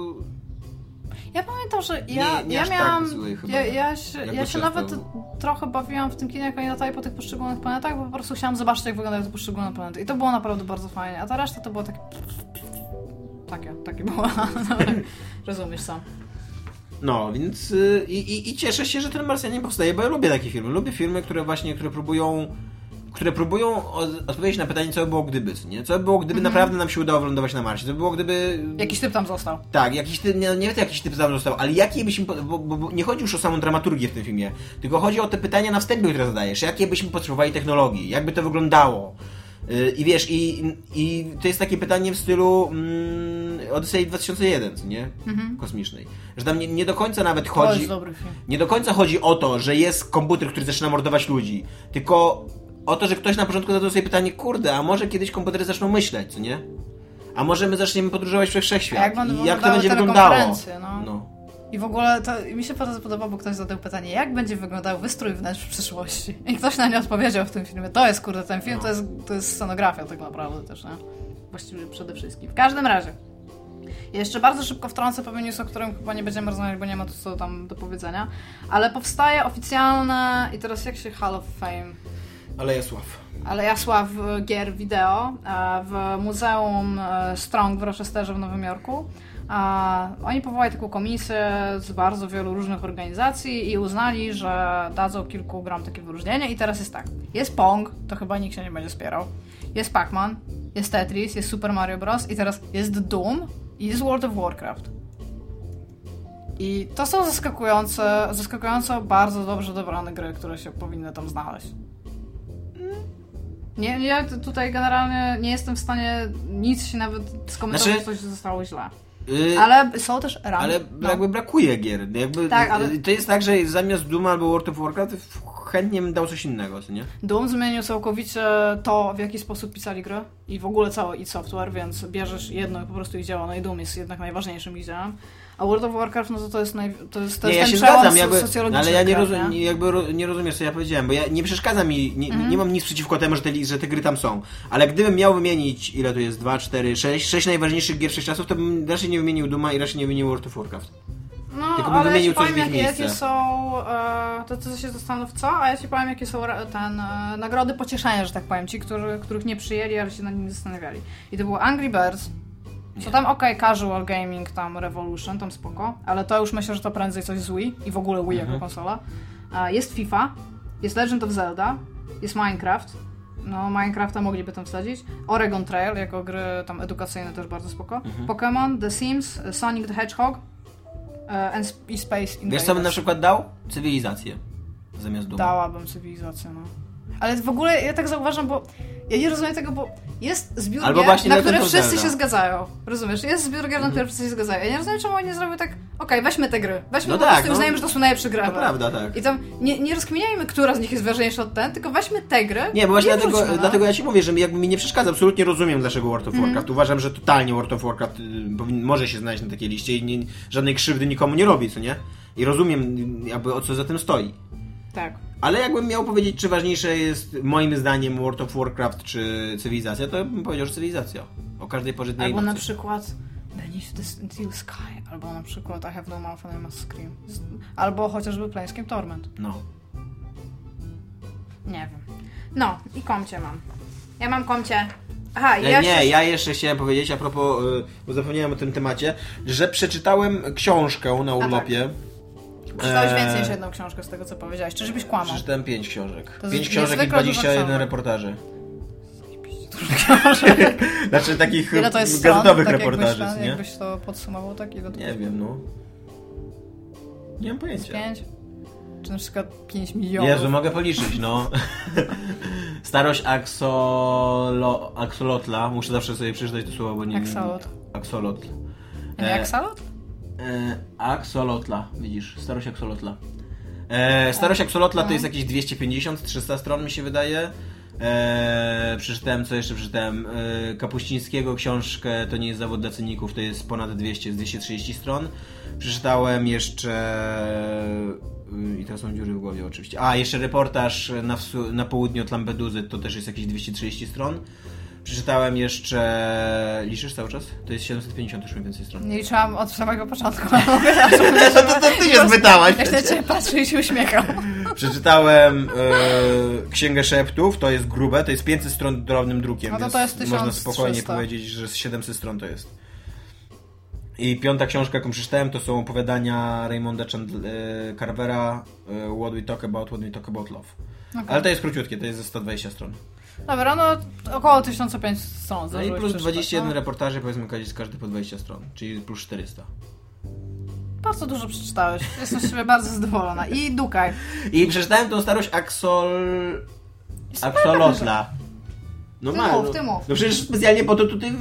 Ja pamiętam, że ja, nie, nie ja miałam... Tak zły, chyba, ja, ja się, ja się nawet to... trochę bawiłam w tym kinie, jak oni latali po tych poszczególnych planetach, bo po prostu chciałam zobaczyć, jak wyglądają te poszczególne planety. I to było naprawdę bardzo fajnie. A ta reszta to było takie... Takie, takie było. Rozumiesz sam. No, więc i, i, i cieszę się, że ten Marsjanin powstaje, bo ja lubię takie filmy. Lubię filmy, które właśnie, które próbują które próbują odpowiedzieć na pytanie, co by było gdyby, nie? Co by było gdyby mm-hmm. naprawdę nam się udało wylądować na Marsie? Co by było gdyby... Jakiś typ tam został. Tak, jakiś typ, nie, nie wiem jakiś typ tam został, ale jakie byśmy... Bo, bo, bo nie chodzi już o samą dramaturgię w tym filmie, tylko chodzi o te pytania na wstępie, które zadajesz. Jakie byśmy potrzebowali technologii? Jakby to wyglądało? Yy, I wiesz, i, i to jest takie pytanie w stylu mm, Odyssey dwa tysiące jeden, nie? Mm-hmm. Kosmicznej. Że tam nie, nie do końca nawet chodzi... To jest dobry film. Nie do końca chodzi o to, że jest komputer, który zaczyna mordować ludzi, tylko... O to, że ktoś na początku zadał sobie pytanie, kurde, a może kiedyś komputery zaczną myśleć, co nie? A może my zaczniemy podróżować przez wszechświat? Jak I jak to będzie wyglądało? No. No. I w ogóle to mi się bardzo podoba, bo ktoś zadał pytanie, jak będzie wyglądał wystrój wnętrz w przyszłości? I ktoś na nie odpowiedział w tym filmie. To jest, kurde, ten film, no. to, jest, to jest scenografia tak naprawdę też, nie? Właściwie przede wszystkim. W każdym razie. Jeszcze bardzo szybko wtrącę pewien news, o którym chyba nie będziemy rozmawiać, bo nie ma tu co tam do powiedzenia. Ale powstaje oficjalne... I teraz jak się Hall of Fame... Alejasław. Alejasław gier wideo w Muzeum Strong w Rochesterze w Nowym Jorku. Oni powołali taką komisję z bardzo wielu różnych organizacji i uznali, że dadzą kilku gram takie wyróżnienia i teraz jest tak. Jest Pong, to chyba nikt się nie będzie spierał. Jest Pac-Man, jest Tetris, jest Super Mario Bros. I teraz jest Doom i jest World of Warcraft. I to są zaskakujące, zaskakująco bardzo dobrze dobrane gry, które się powinny tam znaleźć. Nie, ja tutaj generalnie nie jestem w stanie nic się nawet skomentować, znaczy, coś zostało źle. Yy, ale są też ramy. Ale no. jakby brakuje gier. Jakby, tak, ale... To jest tak, że zamiast Doom albo World of Warcraft chętnie bym dał coś innego, co nie? Doom zmienił całkowicie to, w jaki sposób pisali gry i w ogóle cały id Software, więc bierzesz jedno i po prostu ich działa. No i Doom jest jednak najważniejszym ich działem. A World of Warcraft, no to to jest, naj... to jest, to nie, jest ja ten się zgadzam, jakby, socjologiczny. Ale ja nie, kraj, rozum, nie? Jakby ro, nie rozumiesz, co ja powiedziałem, bo ja, nie przeszkadza mi, nie, mm-hmm. nie mam nic przeciwko temu, że te, że te gry tam są. Ale gdybym miał wymienić, ile to jest, dwa, cztery, sześć, sześć najważniejszych gier wszechczasów, to bym raczej nie wymienił Duma i raczej nie wymienił World of Warcraft. No, tylko bym wymienił coś w ich jakie, miejsce. jakie są, e, to co się zastanów co, a ja ci powiem jakie są ten, e, nagrody pocieszenia, że tak powiem, ci, którzy, których nie przyjęli, ale się nad nimi zastanawiali. I to było Angry Birds, co tam okej, okay, Casual Gaming, tam Revolution, tam spoko, ale to już myślę, że to prędzej coś z Wii i w ogóle Wii mhm. jako konsola. E, jest FIFA, jest Legend of Zelda, jest Minecraft, no Minecrafta mogliby tam wsadzić, Oregon Trail jako gry tam edukacyjne też bardzo spoko, mhm. Pokémon, The Sims, Sonic the Hedgehog uh, i Space Invaders. Wiesz co bym na przykład dał? Cywilizację zamiast Duma. Dałabym cywilizację, no. Ale w ogóle ja tak zauważam, bo ja nie rozumiem tego, bo jest zbiór Albo gier, na które wszyscy Zelda. się zgadzają. Rozumiesz? Jest zbiór gier, na które wszyscy się zgadzają. Ja nie rozumiem, czemu oni nie zrobią tak, okej, okay, weźmy te gry. Weźmy no po tak, prostu i no, uznajemy, że to są najlepsze gry. To prawda, tak. I tam nie, nie rozkminiajmy, która z nich jest ważniejsza od ten, tylko weźmy te gry. Nie, bo właśnie i dlatego, wróćmy, no. dlatego ja ci mówię, że jakby mi nie przeszkadza, absolutnie rozumiem, dlaczego World of Warcraft. Mm. Uważam, że totalnie World of Warcraft y, powin, może się znaleźć na takiej liście i nie, żadnej krzywdy nikomu nie robi, co nie? I rozumiem jakby o co za tym stoi. Tak. Ale jakbym miał powiedzieć, czy ważniejsze jest moim zdaniem World of Warcraft czy cywilizacja, to bym powiedział, że cywilizacja. O każdej porze dnia. Albo na przykład Beneath the Steel Sky, albo na przykład I Have No Mouth and I Must Scream. Albo chociażby Planescape Torment. No. Nie wiem. No, i komcie mam. Ja mam komcie. Aha, ja ja Nie, się... ja jeszcze chciałem powiedzieć, a propos, bo zapomniałem o tym temacie, że przeczytałem książkę na urlopie. Przeczytałeś więcej niż jedną książkę z tego, co powiedziałeś. Czy żebyś kłamał? Przeczytałem pięć książek. To pięć książek i dwadzieścia jeden reportaży. Znaczy takich ile to jest gazetowych stron, reportaży, tak jakbyś, nie? jakbyś to podsumował, tak? Ile to nie wiem, no. Nie mam pojęcia. pięć? Czy na przykład pięć milionów? Jezu, mogę policzyć, no. Starość Axolo... Axolotla. Muszę zawsze sobie przeczytać to słowo, bo nie... Axolot. Axolotl. A nie Axolot? E, Axolotla, widzisz, starość Axolotla. E, starość Axolotla to jest jakieś dwieście pięćdziesiąt trzysta stron, mi się wydaje. E, przeczytałem, co jeszcze przeczytałem? E, Kapuścińskiego książkę To nie jest zawód dla cyników, to jest ponad dwieście, jest dwieście trzydzieści stron. Przeczytałem jeszcze... I teraz mam dziury w głowie oczywiście. A, jeszcze reportaż na, wsu- na południe od Lampeduzy, to też jest jakieś dwieście trzydzieści stron. Przeczytałem jeszcze... Liczysz cały czas? To jest siedemset pięćdziesiąt, już mniej więcej stron. Nie liczyłam od samego początku. to, to, to ty się spytałaś. Ja na ciebie patrzę i się uśmiecham. Przeczytałem e, Księgę Szeptów, to jest grube, to jest pięćset stron drobnym drukiem, no to więc to jest tysiąc trzysta. Można spokojnie powiedzieć, że z siedemset stron to jest. I piąta książka, jaką przeczytałem, to są opowiadania Raymonda Chandl- e, Carvera e, What We Talk About, What We Talk About Love. Okay. Ale to jest króciutkie, to jest ze sto dwadzieścia stron. Dobra, no około tysiąc pięćset stron. No i plus dwadzieścia jeden no. reportaży, powiedzmy każdy po dwadzieścia stron, czyli plus czterysta. Bardzo dużo przeczytałeś. Jestem z siebie bardzo zadowolona. I dukaj. I przeczytałem tą starość Axol... Axolotla. No ty ma, mów, no, ty mów. No przecież specjalnie po to tutaj...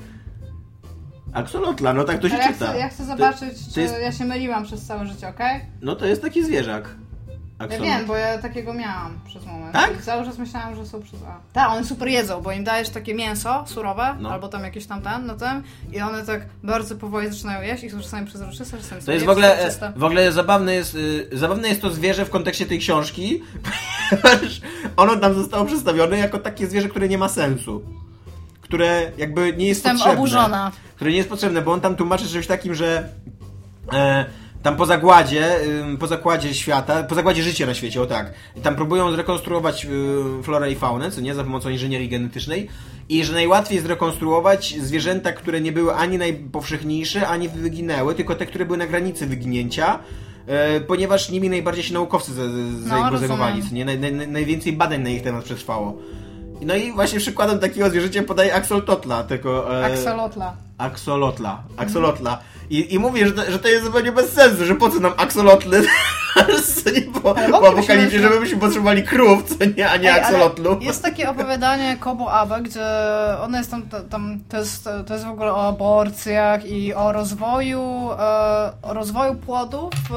Axolotla, no tak to się Ale czyta. Ja chcę, ja chcę zobaczyć, to, czy to jest... ja się myliłam przez całe życie, okej? Okay? No to jest taki zwierzak. Axolot. Ja wiem, bo ja takiego miałam przez moment. Tak? I cały czas myślałam, że są przez A. Tak, one super jedzą, bo im dajesz takie mięso surowe, no. albo tam jakieś tam ten, no ten, i one tak bardzo powoli zaczynają jeść i są czasami przezroczyste, czasami to jest w ogóle, w ogóle zabawne jest, y, zabawne jest to zwierzę w kontekście tej książki, ponieważ ono tam zostało przedstawione jako takie zwierzę, które nie ma sensu. Które jakby nie jest Jestem potrzebne. Jestem oburzona. Które nie jest potrzebne, bo on tam tłumaczy czymś takim, że e, tam po zagładzie, y, po zakładzie świata, po zagładzie życia na świecie, o tak, i tam próbują zrekonstruować y, florę i faunę, co nie, za pomocą inżynierii genetycznej, i że najłatwiej zrekonstruować zwierzęta, które nie były ani najpowszechniejsze, ani wyginęły, tylko te, które były na granicy wyginięcia, y, ponieważ nimi najbardziej się naukowcy zajmowali, no, nie, naj, naj, najwięcej badań na ich temat przetrwało. No i właśnie przykładem takiego zwierzęcia podaje Axolotla, tylko... E, Axolotla. Axolotla. Axolotla. I, i mówię, że to, że to jest zupełnie bez sensu, że po co nam axolotly, co nie po, po apokalipsie, żeby byśmy potrzebowali krów, co nie, a nie Ej, axolotlu. Jest takie opowiadanie Kobo Abe, gdzie ono jest tam, tam to, jest, to jest w ogóle o aborcjach i o rozwoju, e, o rozwoju płodów w,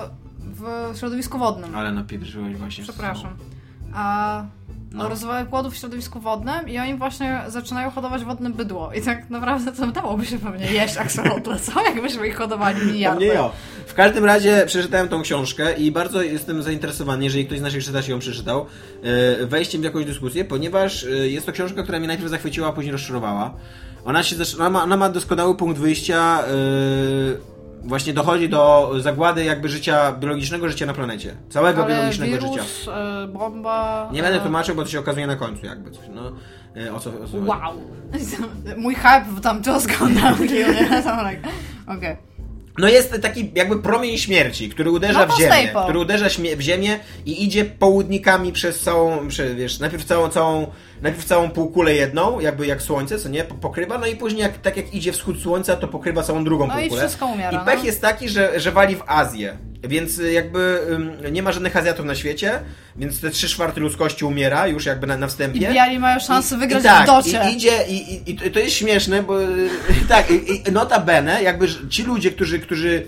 w środowisku wodnym. Ale napieprzyłeś właśnie. Przepraszam. A... No. O rozwoju płodów w środowisku wodnym i oni właśnie zaczynają hodować wodne bydło. I tak naprawdę to dałoby się pewnie jeść axolotle, co? Jakbyśmy ich hodowali miliardy. Nie jo. W każdym razie przeczytałem tą książkę i bardzo jestem zainteresowany, jeżeli ktoś z naszych czytaczy ją przeczytał, wejściem w jakąś dyskusję, ponieważ jest to książka, która mnie najpierw zachwyciła, a później rozczarowała. Ona, się, ona, ma, ona ma doskonały punkt wyjścia właśnie dochodzi do zagłady jakby życia, biologicznego życia na planecie. Całego Ale biologicznego wirus, życia. E, bomba... Nie będę tłumaczył, bo to się okazuje na końcu jakby coś, no. E, o co, o co Wow. Mój hype tam just gone downhill, nie? Tam like, okej. Okay. No jest taki jakby promień śmierci, który uderza no w ziemię, staple. który uderza w ziemię i idzie południkami przez całą, przez, wiesz, najpierw całą, całą, najpierw całą półkulę jedną, jakby jak słońce, co nie, pokrywa, no i później jak, tak jak idzie wschód słońca, to pokrywa całą drugą no półkulę. I wszystko umiera. I pech no. jest taki, że, że wali w Azję, więc jakby um, nie ma żadnych Azjatów na świecie, więc te trzy czwarte ludzkości umiera już jakby na, na wstępie. I biali mają szansę I, wygrać i tak, w docie. I idzie, i, i, i to jest śmieszne, bo tak, i, i notabene, jakby ci ludzie, którzy, którzy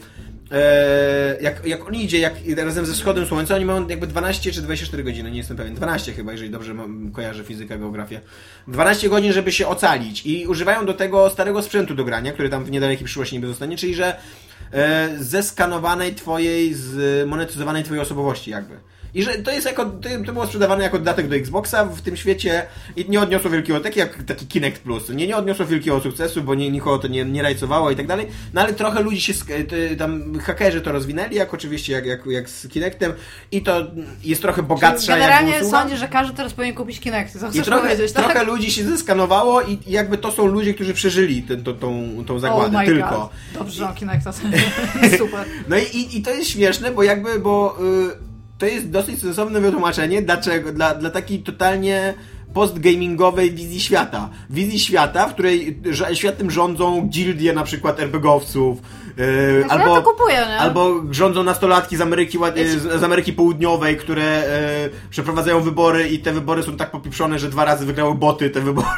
Eee, jak, jak on idzie jak, razem ze wschodem słońca, oni mają jakby dwanaście czy dwadzieścia cztery godziny, nie jestem pewien, dwanaście chyba, jeżeli dobrze mam, kojarzę fizykę, geografię. dwanaście godzin, żeby się ocalić i używają do tego starego sprzętu do grania, który tam w niedalekiej przyszłości niby zostanie, czyli że e, ze skanowanej twojej, zmonetyzowanej twojej osobowości jakby. I że to jest jako, to było sprzedawane jako dodatek do Xboxa w tym świecie i nie odniosło wielkiego, tak jak taki Kinect Plus, nie, nie odniosło wielkiego sukcesu, bo nie, nikogo to nie, nie rajcowało i tak dalej, no ale trochę ludzi się, tam hakerzy to rozwinęli, jak oczywiście jak, jak, jak z Kinectem i to jest trochę bogatsza. Generalnie sądzi, że każdy teraz powinien kupić Kinect, co I trochę, tak? trochę ludzi się zeskanowało i jakby to są ludzie, którzy przeżyli ten, to, tą, tą zagładę, oh tylko. God. Dobrze, o Kinecta super. No i, i, i to jest śmieszne, bo jakby, bo... Yy, to jest dosyć sensowne wytłumaczenie, dlaczego, dla, dla takiej totalnie postgamingowej wizji świata. Wizji świata, w której światem rządzą gildie na przykład er pe gie owców, yy, tak albo, ja to kupuję, nie? albo rządzą nastolatki z Ameryki, z, z Ameryki Południowej, które yy, przeprowadzają wybory i te wybory są tak popieprzone, że dwa razy wygrały boty te wybory.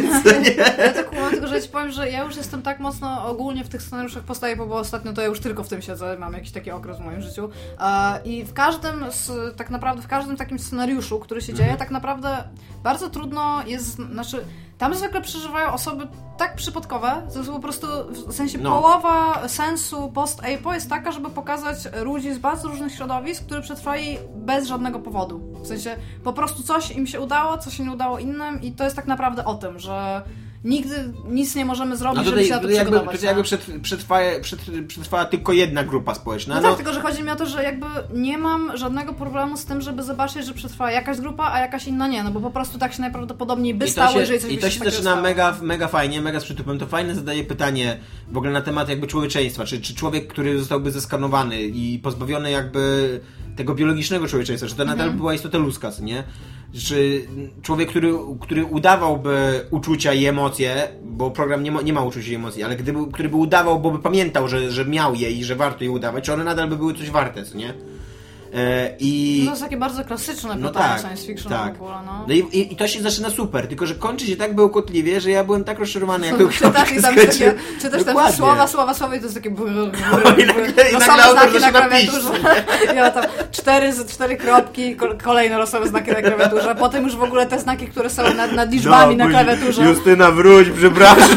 Ja to kumam, tylko że ja ci powiem, że ja już jestem tak mocno ogólnie w tych scenariuszach postaję, bo ostatnio to ja już tylko w tym siedzę, mam jakiś taki okres w moim życiu. I w każdym, z, tak naprawdę w każdym takim scenariuszu, który się dzieje, mhm. tak naprawdę bardzo trudno jest, znaczy tam zwykle przeżywają osoby tak przypadkowe, to jest po prostu, w sensie no. połowa sensu post-apo jest taka, żeby pokazać ludzi z bardzo różnych środowisk, które przetrwali bez żadnego powodu. W sensie po prostu coś im się udało, coś się nie udało innym i to jest tak naprawdę o tym, że nigdy nic nie możemy zrobić, no tutaj, żeby się na to jakby, przygotować. Tutaj jakby przed, przetrwa, przed, przetrwała tylko jedna grupa społeczna. No, no tak, tylko że chodzi mi o to, że jakby nie mam żadnego problemu z tym, żeby zobaczyć, że przetrwała jakaś grupa, a jakaś inna nie, no bo po prostu tak się najprawdopodobniej by stało, jeżeli coś by się I to się zaczyna mega, mega fajnie, mega z przytupem. To fajne zadaje pytanie w ogóle na temat jakby człowieczeństwa, czy, czy człowiek, który zostałby zeskanowany i pozbawiony jakby tego biologicznego człowieczeństwa, czy to nadal mhm. była istota ludzka, nie? Czy człowiek, który, który udawałby uczucia i emocje, bo program nie ma, nie ma uczuć i emocji, ale gdyby, który by udawał, bo by pamiętał, że, że miał je i że warto je udawać, czy one nadal by były coś warte, co nie? I... No to jest takie bardzo klasyczne no pytanie tak, science fiction tak. w ogóle, no. No i, i, i to się zaczyna super, tylko że kończy się tak bełkotliwie, że ja byłem tak rozczarowany, jak czy tak, i tam takie, czy też tam słowa, słowa, słowa i to jest takie losowe znaki na klawiaturze. Ja tam cztery, cztery kropki, kolejne losowe znaki na klawiaturze, potem już w ogóle te znaki, które są nad, nad liczbami no, na klawiaturze. Justyna, wróć, przepraszam.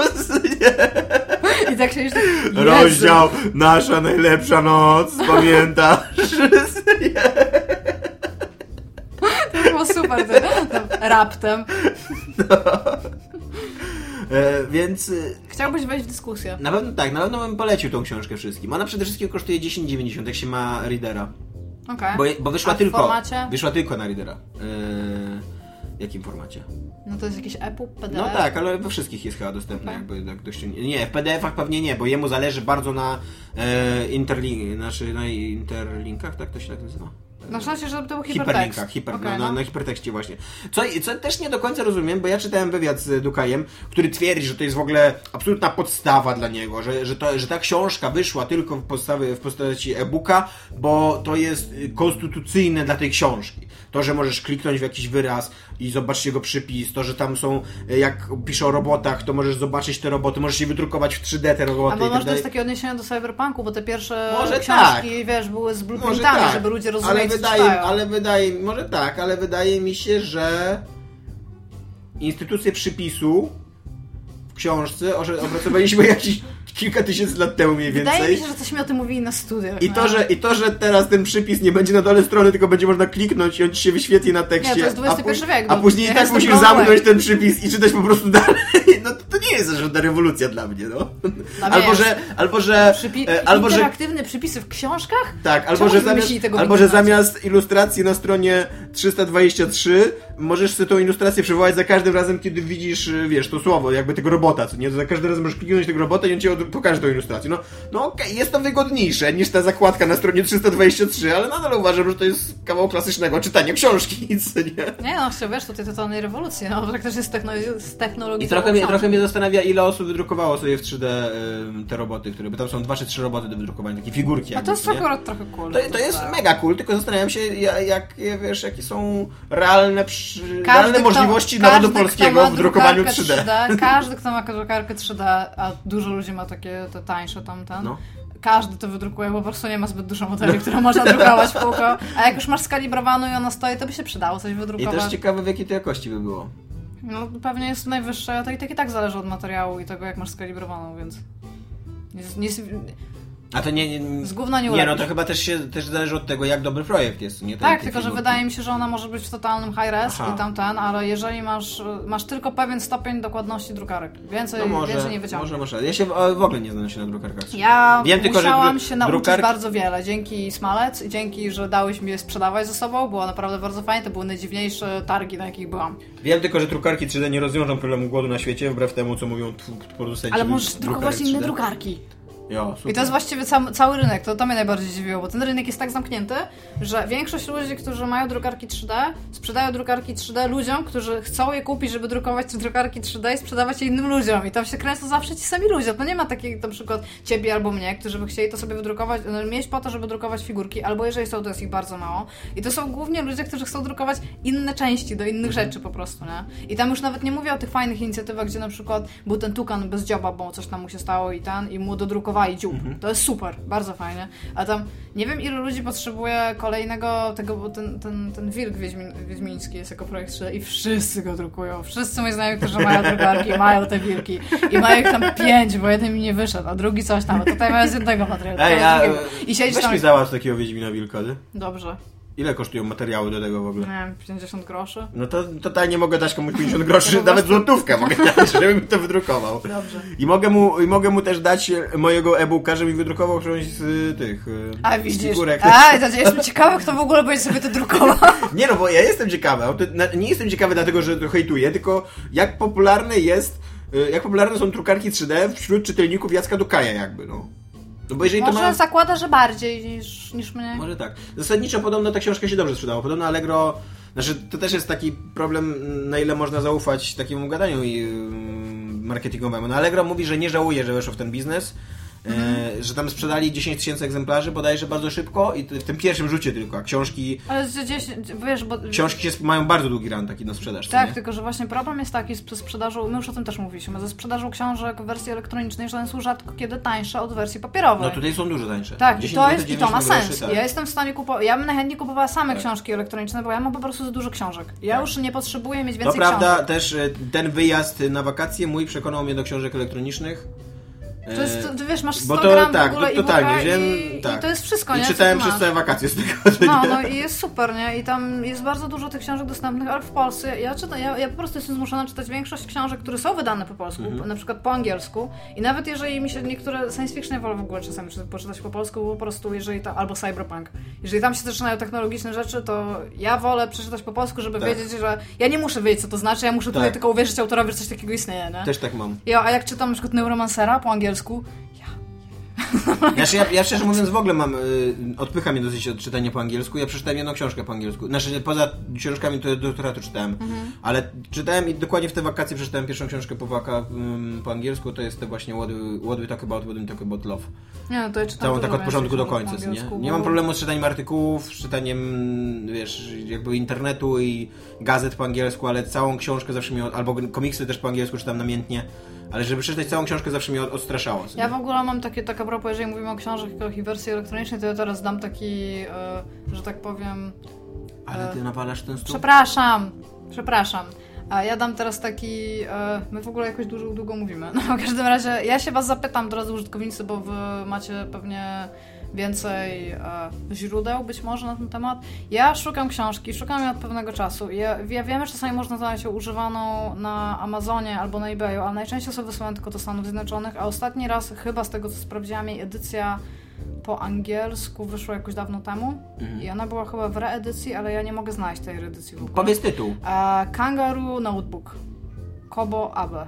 I tak się już tak, rozdział Nasza najlepsza noc, pamiętasz? To było super, to, raptem. No. E, więc... Chciałbyś wejść w dyskusję. Na pewno tak, na pewno bym polecił tą książkę wszystkim. Ona przede wszystkim kosztuje dziesięć dziewięćdziesiąt, jak się ma readera. Okay. Bo, bo wyszła A w tylko... formacie? Wyszła tylko na readera. E, w jakim formacie? No to jest jakiś EPUB, P D F? No tak, ale we wszystkich jest chyba dostępne okay. jakby tak dość... Nie, w P D F-ach pewnie nie, bo jemu zależy bardzo na e, interlink... Znaczy na interlinkach, tak to się tak nazywa? Na szczęście, żeby to był hipertekst. Hiperlinkach, hiper, okay, no, no. Na, na hipertekście właśnie. Co, co też nie do końca rozumiem, bo ja czytałem wywiad z Dukajem, który twierdzi, że to jest w ogóle absolutna podstawa dla niego, że, że, to, że ta książka wyszła tylko w, podstawie, w postaci e-booka, bo to jest konstytucyjne dla tej książki. To, że możesz kliknąć w jakiś wyraz i zobaczyć jego przypis, to, że tam są, jak pisze o robotach, to możesz zobaczyć te roboty, możesz je wydrukować w trzy D te roboty. Albo i tak może to jest takie odniesienie do cyberpunku, bo te pierwsze może książki, tak. wiesz, były z blueprintami, tak. żeby ludzie rozumieli, ale wydaje, ale wydaje mi, może tak, ale wydaje mi się, że instytucje przypisu w książce opracowaliśmy jakieś kilka tysięcy lat temu mniej więcej. Wydaje mi się, że coś mi o tym mówili na studiach. I to, że, I to, że teraz ten przypis nie będzie na dole strony, tylko będzie można kliknąć i on ci się wyświetli na tekście. Nie, to jest dwudziesty pierwszy wiek. A później i tak musisz zamknąć ten przypis i czytać po prostu dalej. No to, to nie jest żadna rewolucja dla mnie, no. No albo, że, albo, że... Przypi- e, albo, że... interaktywne przypisy w książkach? Tak, albo, Czemu że nie zamiast, wymyślili tego w albo że internecie? zamiast ilustracji na stronie trzysta dwadzieścia trzy możesz sobie tą ilustrację przywołać za każdym razem, kiedy widzisz, wiesz, to słowo, jakby tego robota, co nie? To za każdym razem możesz kliknąć tego robota i on ci od- pokaże tą ilustrację. No, no okej, okay, jest to wygodniejsze niż ta zakładka na stronie trzysta dwadzieścia trzy, ale nadal uważam, że to jest kawał klasycznego czytania książki, co nie? Nie no, chciał, wiesz, tutaj totalnej rewolucji, no, bo tak też jest techno- z technologią. I trochę mnie, trochę mnie zastanawia, ile osób wydrukowało sobie w trzy D y, te roboty, które, bo tam są dwa czy trzy roboty do wydrukowania, takie figurki. A to jest jakby, trochę, trochę cool. To, to jest tak. mega cool, tylko zastanawiam się, jak, jak wiesz, jakie są realne, przy, Każdy, realne kto- możliwości każdy, narodu kto polskiego ma w drukowaniu drukarkę trzy D. Każdy, kto ma drukarkę trzy D, a dużo ludzi ma takie te tańsze tamten, No. każdy to wydrukuje, bo po prostu nie ma zbyt dużo materii, którą można drukować w kółko. A jak już masz skalibrowaną i ona stoi, to by się przydało coś I wydrukować. też ciekawe, w jakiej to jakości by było. No pewnie jest najwyższa, to i tak i tak zależy od materiału i tego, jak masz skalibrowaną, więc... Nie, nie, A to nie... nie z gówna nie Nie, ulepisz. no to chyba też się też zależy od tego, jak dobry projekt jest, nie? Ten, Tak, te tylko że figurki. wydaje mi się, że ona może być w totalnym high-res Aha. i tamten, ale jeżeli masz, masz tylko pewien stopień dokładności drukarek, więcej, No może, więcej nie wyciągniesz. może, może. Ja się w, w ogóle nie znam się na drukarkach. Ja Wiem tylko, że musiałam dru- się nauczyć drukarki- bardzo wiele, dzięki Smalec i dzięki, że dałeś mi je sprzedawać ze sobą, było naprawdę bardzo fajnie, to były najdziwniejsze targi, na jakich byłam. Wiem tylko, że drukarki trzy D nie rozwiążą problemu głodu na świecie, wbrew temu, co mówią tw- producenci. Ale możesz drukarek drukować trzy D. inne drukarki. Jo, super. I to jest właściwie cał, cały rynek, to, to mnie najbardziej dziwiło, bo ten rynek jest tak zamknięty, że większość ludzi, którzy mają drukarki trzy D, sprzedają drukarki trzy D ludziom, którzy chcą je kupić, żeby drukować te drukarki trzy D i sprzedawać je innym ludziom. I tam się kręcą zawsze ci sami ludzie. To nie ma takich, na przykład ciebie albo mnie, którzy by chcieli to sobie wydrukować, no, mieć po to, żeby drukować figurki, albo jeżeli są, to jest ich bardzo mało. I to są głównie ludzie, którzy chcą drukować inne części do innych rzeczy po prostu, nie? I tam już nawet nie mówię o tych fajnych inicjatywach, gdzie na przykład był ten tukan bez dzioba, bo coś tam mu się stało i ten, i mu dodrukowali dziób. To jest super, bardzo fajnie. A tam nie wiem, ilu ludzi potrzebuje kolejnego tego, bo ten, ten, ten wilk wiedźmin, wiedźmiński jest jako projekt trzy D i wszyscy go drukują. Wszyscy moi znajomi, którzy mają drukarki, mają te wilki. I mają ich tam pięć, bo jeden mi nie wyszedł, a drugi coś tam. A tutaj mają z jednego materiału. Ej, a, I siedzisz weź tam... mi załatw takiego Wiedźmina Wilka, ty? Dobrze. Ile kosztują materiały do tego w ogóle? Nie wiem, pięćdziesiąt groszy. No to totalnie mogę dać komuś pięćdziesiąt groszy, nawet złotówkę mogę dać, żeby mi to wydrukował. Dobrze. I mogę mu, i mogę mu też dać mojego e-booka, żeby mi wydrukował którąś z y, tych y, A widzisz, figurek. a, to jestem ciekawa, kto w ogóle będzie sobie to drukował. Nie no, bo ja jestem ciekawy, to, na, nie jestem ciekawy dlatego, że to hejtuję, tylko jak popularne jest, y, jak popularne są drukarki trzy D wśród czytelników Jacka Dukaja jakby, no. No bo jeżeli Może to ma... zakłada, że bardziej niż, niż mnie. Może tak. Zasadniczo podobno ta książka się dobrze sprzedała. Podobno Allegro... Znaczy, to też jest taki problem, na ile można zaufać takiemu gadaniu i yy, marketingowemu. No Allegro mówi, że nie żałuje, że weszło w ten biznes. E, że tam sprzedali dziesięć tysięcy egzemplarzy, bodajże bardzo szybko i w tym pierwszym rzucie tylko, a książki... Ale że gdzieś, wiesz, bo... Książki się, mają bardzo długi run taki na sprzedaż. Tak, nie? tylko że właśnie problem jest taki ze sprzedażą, my już o tym też mówiliśmy, ze sprzedażą książek w wersji elektronicznej, że one są rzadko kiedy tańsze od wersji papierowej. No tutaj są dużo tańsze. Tak, i to, jest, i to ma groszy, sens. tak. Ja jestem w stanie kupować, ja bym najchętniej kupowała same Tak. książki elektroniczne, bo ja mam po prostu za dużo książek. Ja Tak. już nie potrzebuję mieć To więcej prawda, książek. też e, ten wyjazd na wakacje mój przekonał mnie do książek elektronicznych. To jest, ty wiesz, masz sto Bo to gram tak, w ogóle to, totalnie, e-booka wziąłem, i, tak. i to jest wszystko, I nie? Co czytałem ty przez masz. całe wakacje z tego. że No, nie? no i jest super, nie? I tam jest bardzo dużo tych książek dostępnych, ale w Polsce ja czytam, ja, ja po prostu jestem zmuszona czytać większość książek, które są wydane po polsku, Mhm. na przykład po angielsku. I nawet jeżeli mi się niektóre science fiction, ja wolę w ogóle czasami czytać, poczytać po polsku, bo po prostu jeżeli to, albo cyberpunk. Jeżeli tam się zaczynają technologiczne rzeczy, to ja wolę przeczytać po polsku, żeby Tak. wiedzieć, że ja nie muszę wiedzieć, co to znaczy, ja muszę tutaj Tak. tylko uwierzyć autorowi, że coś takiego istnieje, nie? Też tak mam. Ja, a jak czytam na przykład Neuromancera po angielsku, Znaczy, ja, ja szczerze mówiąc w ogóle mam, y, odpycha mnie dosyć od czytania po angielsku. Ja przeczytałem jedną książkę po angielsku. Znaczy, poza książkami to doktoratu czytałem. Mhm. Ale czytałem i dokładnie w te wakacje przeczytałem pierwszą książkę po, waka, ym, po angielsku. To jest to właśnie What We, What We Talk About, What We Talk About Love. nie no, to ja czytam Całą dużo tak od więcej początku do książek po końca, nie? angielsku, Nie bo- mam problemu z czytaniem artykułów, z czytaniem, wiesz, jakby internetu i gazet po angielsku, ale całą książkę zawsze mnie, albo komiksy też po angielsku czytam namiętnie, ale żeby przeczytać całą książkę zawsze mnie odstraszało. co nie? Ja w ogóle mam takie, tak a propos, jeżeli mówimy o książkach i wersji elektronicznej, to ja teraz dam taki, e, że tak powiem... Ale ty nawalasz ten stół? Przepraszam, przepraszam. A ja dam teraz taki... E, my w ogóle jakoś dużo, długo mówimy. No w każdym razie ja się was zapytam, drodzy użytkownicy, bo wy macie pewnie więcej e, źródeł być może na ten temat. Ja szukam książki, szukam jej od pewnego czasu. Ja, ja wiem, że czasami można znaleźć ją używaną na Amazonie albo na eBayu, ale najczęściej są wysyłane tylko do Stanów Zjednoczonych, a ostatni raz chyba z tego, co sprawdziłam, jej edycja po angielsku wyszła jakoś dawno temu mhm. i ona była chyba w reedycji, ale ja nie mogę znaleźć tej reedycji w ogóle. Powiedz tytuł. E, Kangaroo Notebook. Kobo Abe.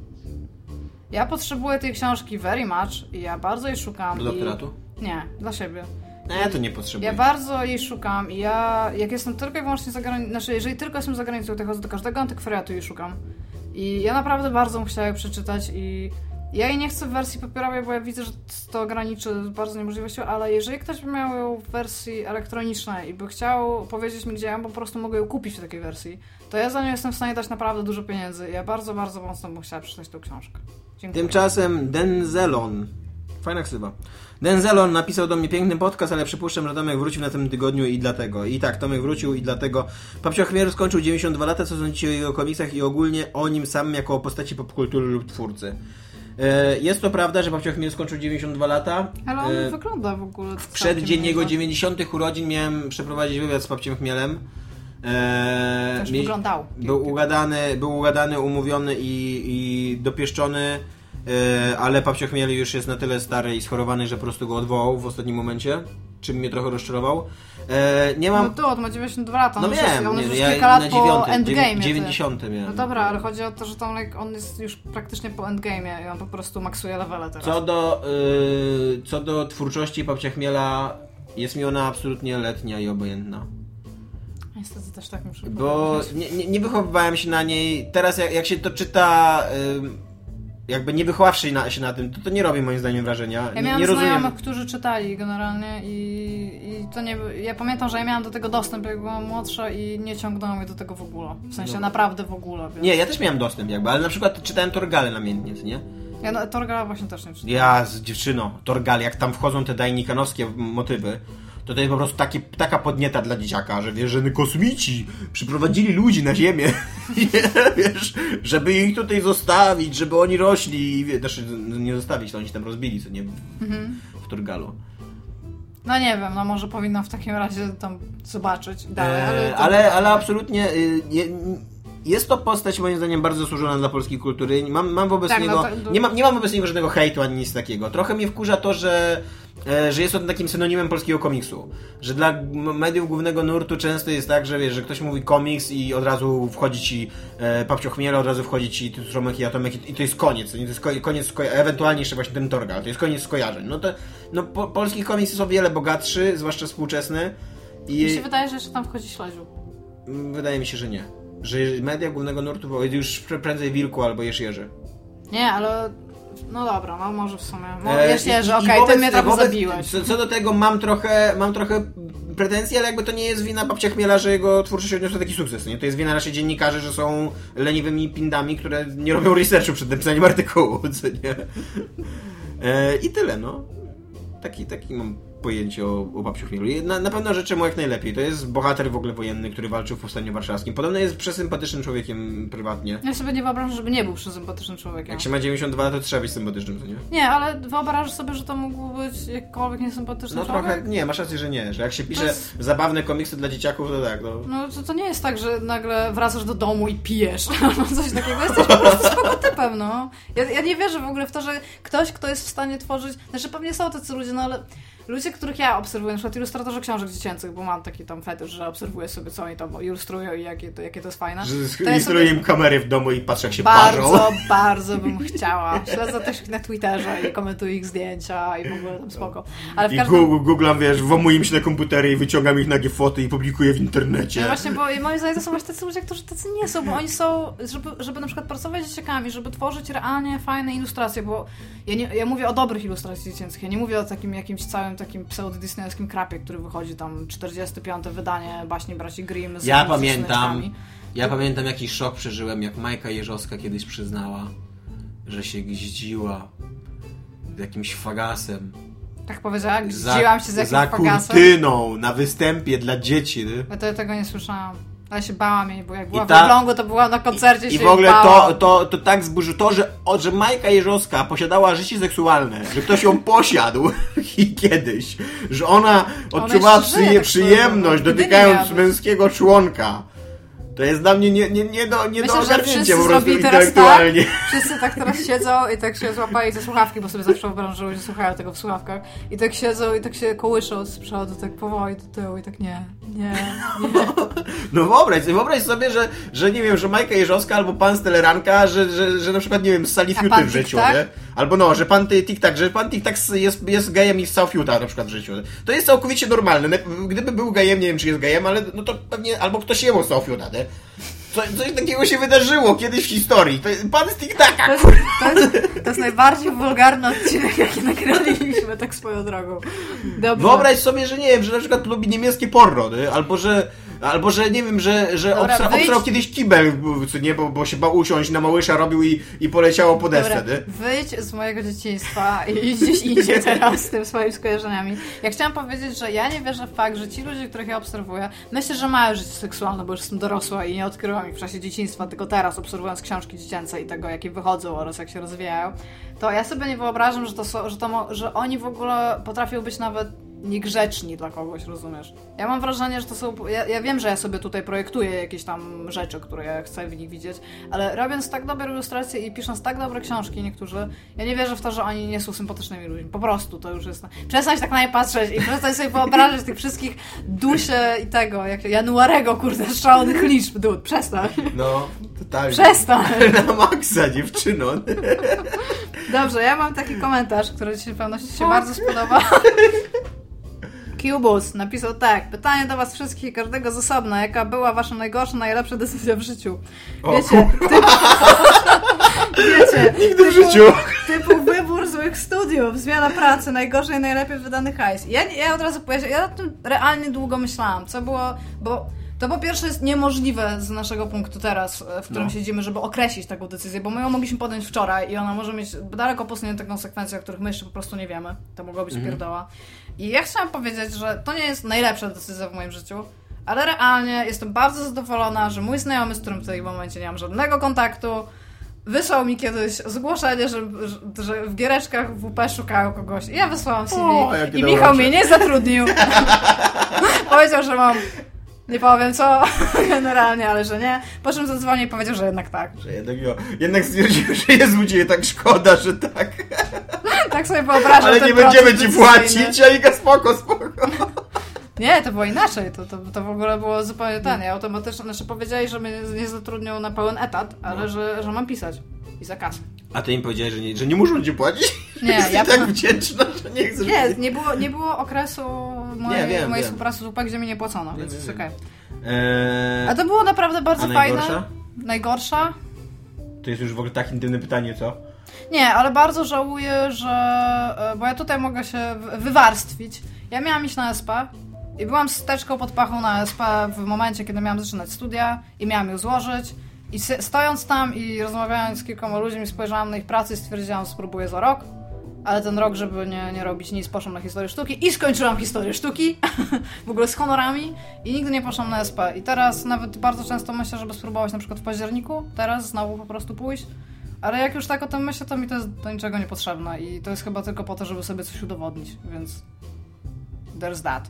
Ja potrzebuję tej książki very much i ja bardzo jej szukam. Do doktoratu? I... Nie, dla siebie. No ja to nie potrzebuję. Ja bardzo jej szukam i ja, jak jestem tylko i wyłącznie za granicą, znaczy jeżeli tylko jestem za granicą, to chodzę do każdego antykwariatu jej szukam. I ja naprawdę bardzo bym chciała jej przeczytać i ja jej nie chcę w wersji papierowej, bo ja widzę, że to graniczy z bardzo niemożliwością, ale jeżeli ktoś by miał ją w wersji elektronicznej i by chciał powiedzieć mi, gdzie ja po prostu mogę ją kupić w takiej wersji, to ja za nią jestem w stanie dać naprawdę dużo pieniędzy. Ja bardzo, bardzo mocno bym chciała przeczytać tą książkę. Dziękuję. Tymczasem Denzelon. Fajna ksywa. Denzelon napisał do mnie piękny podcast, ale przypuszczam, że Tomek wrócił na tym tygodniu i dlatego. I tak, Tomek wrócił i dlatego. Papcio Chmiel skończył dziewięćdziesiąt dwa lata, co sądzicie o jego komiksach i ogólnie o nim samym jako o postaci popkultury lub twórcy. Jest to prawda, że Papcio Chmiel skończył dziewięćdziesiąt dwa lata. Ale on e... wygląda w ogóle. W przeddzień jego dziewięćdziesiątych urodzin miałem przeprowadzić wywiad z Papciem Chmielem. Eee, Też wyglądał. Był ugadany, był ugadany, umówiony i, i dopieszczony, e, ale Papcio Chmiel już jest na tyle stary i schorowany, że po prostu go odwołał w ostatnim momencie, czym mnie trochę rozczarował. E, nie mam... No to, on ma dziewięćdziesiąt dwa lata, no on wiem, już, on nie, już ja kilka lat na po endgame'ie. dziewięćdziesiątym miałem. No dobra, ale chodzi o to, że tam like, on jest już praktycznie po endgame'ie i on po prostu maksuje levele teraz. Co do, y, co do twórczości Papcia Chmiela, jest mi ona absolutnie letnia i obojętna. Niestety też tak muszę Bo nie, nie, nie wychowywałem się na niej. Teraz jak, jak się to czyta, y, jakby nie wychowawszy na, się na tym, to to nie robi moim zdaniem wrażenia. Ja nie, miałam nie znajomych, rozumiem. którzy czytali generalnie i, i to nie... Ja pamiętam, że ja miałam do tego dostęp, jak byłam młodsza i nie ciągnęło mnie do tego w ogóle. W sensie no. naprawdę w ogóle. Więc... Nie, ja też miałem dostęp jakby, ale na przykład czytałem Torgale namiętnie, nie? Ja no, Torgala właśnie też nie czytałem. Ja z dziewczyną, Torgal, jak tam wchodzą te dajnikanowskie motywy, to to jest po prostu taki, taka podnieta dla dzieciaka, że wiesz, że kosmici przyprowadzili ludzi na Ziemię, wiesz, żeby ich tutaj zostawić, żeby oni rośli, i znaczy nie zostawić, to oni się tam rozbili, co nie, mhm. w Torgalu. No nie wiem, no może powinnam w takim razie tam zobaczyć dalej, ale... E, ale, ale absolutnie... Y, je, Jest to postać moim zdaniem bardzo zasłużona dla polskiej kultury. Mam, mam wobec tak, niego. No to, to... Nie, mam, nie mam wobec niego żadnego hejtu ani nic takiego. Trochę mnie wkurza to, że, e, że jest on takim synonimem polskiego komiksu. Że dla mediów głównego nurtu często jest tak, że wiesz, że ktoś mówi komiks i od razu wchodzi ci e, Papcio Chmiel, od razu wchodzi ci Tytromek i Atomek i, i to jest koniec. To jest koniec, ewentualnie jeszcze właśnie ten Torgal. To jest koniec skojarzeń. No to no, po, polski komiks jest o wiele bogatszy, zwłaszcza współczesny. I mi się wydaje, że jeszcze tam wchodzi Śledziu. Wydaje mi się, że nie. Że media głównego nurtu już prędzej Wilku albo Jerzy. Nie, ale no dobra, no może w sumie. Może Jerzy, e, okej, okay, ty mnie trochę zabiłeś. Co, co do tego mam trochę, mam trochę pretensji, ale jakby to nie jest wina Papcia Chmiela, że jego twórczość odniosła taki sukces. Nie? To jest wina raczej dziennikarzy, że są leniwymi pindami, które nie robią researchu przed napisaniem artykułu. Co nie? E, I tyle, no. Taki, taki mam pojęcie o, o Papciu Chmielu. Na, na pewno życzę mu jak najlepiej. To jest bohater w ogóle wojenny, który walczył w Powstaniu Warszawskim. Podobno jest przesympatycznym człowiekiem prywatnie. Ja sobie nie wyobrażam, żeby nie był przesympatycznym człowiekiem. Jak się ma dziewięćdziesiąt dwa lat, to trzeba być sympatycznym, co nie? Nie, ale wyobrażasz sobie, że to mógł być jakkolwiek niesympatyczny no, człowiek? No trochę, nie, masz rację, że nie. Że jak się pisze jest... zabawne komiksy dla dzieciaków, to tak, no. No to, to nie jest tak, że nagle wracasz do domu i pijesz. No coś takiego. Jesteś po prostu spoko typem, no. Ja, ja nie wierzę w ogóle w to, że ktoś, kto jest w stanie tworzyć... Znaczy pewnie są tacy ludzie, no ale... Ludzie, których ja obserwuję, na przykład ilustratorzy książek dziecięcych, bo mam taki tam fetysz, że obserwuję sobie, co oni tam ilustrują i jakie to, jakie to jest fajne. Że ilustruję sobie... im kamery w domu i patrzę, jak się bardzo, parzą. Bardzo, bardzo bym chciała. Śledzę też ich na Twitterze i komentuję ich zdjęcia i w ogóle tam spoko. Ale w I każdym... googlam, wiesz, włamuję im się na komputery i wyciągam ich nagie foty i publikuję w internecie. No właśnie, bo moim zdaniem to są właśnie tacy ludzie, którzy tacy nie są, bo oni są, żeby, żeby na przykład pracować z dzieciakami, żeby tworzyć realnie fajne ilustracje, bo ja, nie, ja mówię o dobrych ilustracjach dziecięcych, ja nie mówię o takim jakimś całym takim pseudo-disneyowskim krapie, który wychodzi tam czterdzieste piąte wydanie baśni braci Grimm z Ja pamiętam, ja pamiętam jaki szok przeżyłem, jak Majka Jeżowska kiedyś przyznała, że się gździła jakimś fagasem. Tak powiedziała? Gździłam się z jakimś za fagasem? Za kurtyną, na występie dla dzieci. Ja to, ja tego nie słyszałam. Ale się bałam jej, bo jak była ta... w Elblągu, to była na koncercie I, się i w ogóle bałam. to, to, to tak zburzyło to, że, o, że Majka Jeżowska posiadała życie seksualne, że ktoś ją posiadł i kiedyś, że ona odczuwała żyje, przyjemność tak dotykając męskiego członka. To jest dla mnie nie, nie, nie do, nie Myślę, do ogarnięcia po prostu intelektualnie. Tak, wszyscy tak teraz siedzą i tak się złapali za słuchawki, bo sobie zawsze wyobrażam, że ludzie słuchają tego w słuchawkach. I tak siedzą i tak się kołyszą z przodu, tak powoli do tyłu i tak nie, nie, nie. No wyobraź, wyobraź sobie, że, że nie wiem, że Majka Jeżowska albo pan z Teleranka, że, że, że na przykład, nie wiem, z sali fiuty w życiu, tak? nie? Albo no, że pan Tic-Tac, że pan Tic-Tac jest, jest gejem i ssał fiuta na przykład w życiu. To jest całkowicie normalne. Gdyby był gejem, nie wiem, czy jest gejem, ale no to pewnie, albo ktoś jemu ssał fiuta, nie? Co, coś takiego się wydarzyło kiedyś w historii. To jest, pan z Tic-Taca, to, jest, to, jest, to jest najbardziej wulgarny odcinek, jaki nagraliśmy, tak swoją drogą. Dobrze. Wyobraź sobie, że nie wiem, że na przykład lubi niemieckie porno, nie? Albo że Albo, że nie wiem, że, że Dobra, obstra, obstrał kiedyś kibel, co nie, bo, bo się bał usiąść, na Małysza robił i, i poleciało po desce, nie? Wyjdź z mojego dzieciństwa i idź gdzieś indziej teraz z tym swoimi skojarzeniami. Ja chciałam powiedzieć, że ja nie wierzę w fakt, że ci ludzie, których ja obserwuję, myślę, że mają życie seksualne, bo już jestem dorosła i nie odkryłam ich w czasie dzieciństwa, tylko teraz, obserwując książki dziecięce i tego, jakie wychodzą oraz jak się rozwijają, to ja sobie nie wyobrażam, że, to są, że, to, że oni w ogóle potrafią być nawet niegrzeczni dla kogoś, rozumiesz? Ja mam wrażenie, że to są... Ja, ja wiem, że ja sobie tutaj projektuję jakieś tam rzeczy, które ja chcę w nich widzieć, ale robiąc tak dobre ilustracje i pisząc tak dobre książki niektórzy, ja nie wierzę w to, że oni nie są sympatycznymi ludźmi. Po prostu to już jest... Przestań tak na nie patrzeć i przestań sobie wyobrażać tych wszystkich duszy i tego, jak Januarego, kurde, szalonych liczb, dude, przestań. No, totalnie. Przestań. Na maksa, dziewczyno. Dobrze, ja mam taki komentarz, który ci pewno się bardzo spodoba. Cubus napisał tak: pytanie do was wszystkich i każdego z osobna. Jaka była wasza najgorsza, najlepsza decyzja w życiu? Wiecie, typu, wiecie Nigdy w typu, życiu. typu wybór złych studiów, zmiana pracy, najgorzej i najlepiej wydany hajs. Ja, ja od razu powiedziałam, ja nad tym realnie długo myślałam, co było, bo to po pierwsze jest niemożliwe z naszego punktu teraz, w którym no. siedzimy, żeby określić taką decyzję, bo my ją mogliśmy podjąć wczoraj i ona może mieć daleko posunięte konsekwencje, o których my jeszcze po prostu nie wiemy. To mogła być mhm. pierdoła. I ja chciałam powiedzieć, że to nie jest najlepsza decyzja w moim życiu, ale realnie jestem bardzo zadowolona, że mój znajomy, z którym w tym momencie nie mam żadnego kontaktu, wysłał mi kiedyś zgłoszenie, że, że, że w giereczkach W P szukają kogoś. I ja wysłałam C V o, i Michał mnie nie zatrudnił. Powiedział, że mam... Nie powiem co, generalnie, ale że nie. Po czym zadzwonił i powiedział, że jednak tak. Że jednak, jo, jednak stwierdził, że jest mu ciebie tak szkoda, że tak. Tak sobie wyobrażam. Ale nie będziemy ci płacić, a Iga spoko, spoko. Nie, to było inaczej. To, to, to w ogóle było zupełnie ten. Ja automatycznie, znaczy powiedzieli, że mnie nie zatrudnią na pełen etat, ale no. że, że mam pisać. I za kasę. A ty im powiedziałeś, że nie, że nie muszą ci płacić? Nie, Jesteś ja tak po... wdzięczna, że nie chcesz... Nie, nie było, nie było okresu mojej, nie, wiem, mojej wiem. współpracy z U P, gdzie mi nie płacono, więc jest okej. Okay. Eee... A to było naprawdę bardzo A fajne. Najgorsza? Najgorsza? To jest już w ogóle tak intymne pytanie, co? Nie, ale bardzo żałuję, że... Bo ja tutaj mogę się wywarstwić. Ja miałam iść na S P i byłam z teczką pod pachą na S P w momencie, kiedy miałam zaczynać studia i miałam ją złożyć. I stojąc tam i rozmawiając z kilkoma ludźmi, spojrzałam na ich pracę i stwierdziłam, spróbuję za rok. Ale ten rok, żeby nie, nie robić nic, poszłam na historię sztuki i skończyłam historię sztuki. W ogóle z honorami. I nigdy nie poszłam na S P. I teraz nawet bardzo często myślę, żeby spróbować na przykład w październiku. Teraz znowu po prostu pójść. Ale jak już tak o tym myślę, to mi to jest do niczego niepotrzebne. I to jest chyba tylko po to, żeby sobie coś udowodnić. Więc there's that.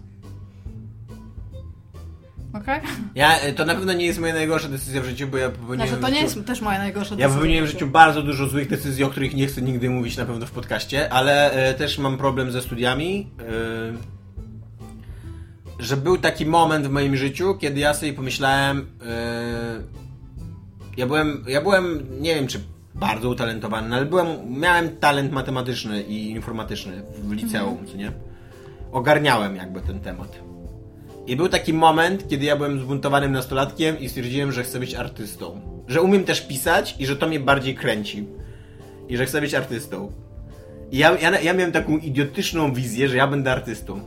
Okay? Ja, to na pewno nie jest moja najgorsza decyzja w życiu, bo ja popełniłem znaczy, to nie życiu... jest też moja najgorsza decyzja. Ja popełniłem w życiu bardzo dużo złych decyzji, o których nie chcę nigdy mówić na pewno w podcaście, ale e, też mam problem ze studiami. E, że był taki moment w moim życiu, kiedy ja sobie pomyślałem, e, ja byłem, ja byłem, nie wiem czy bardzo utalentowany, ale byłem, miałem talent matematyczny i informatyczny w liceum, mhm. co nie? Ogarniałem jakby ten temat. I był taki moment, kiedy ja byłem zbuntowanym nastolatkiem i stwierdziłem, że chcę być artystą. Że umiem też pisać i że to mnie bardziej kręci. I że chcę być artystą. I ja, ja, ja miałem taką idiotyczną wizję, że ja będę artystą.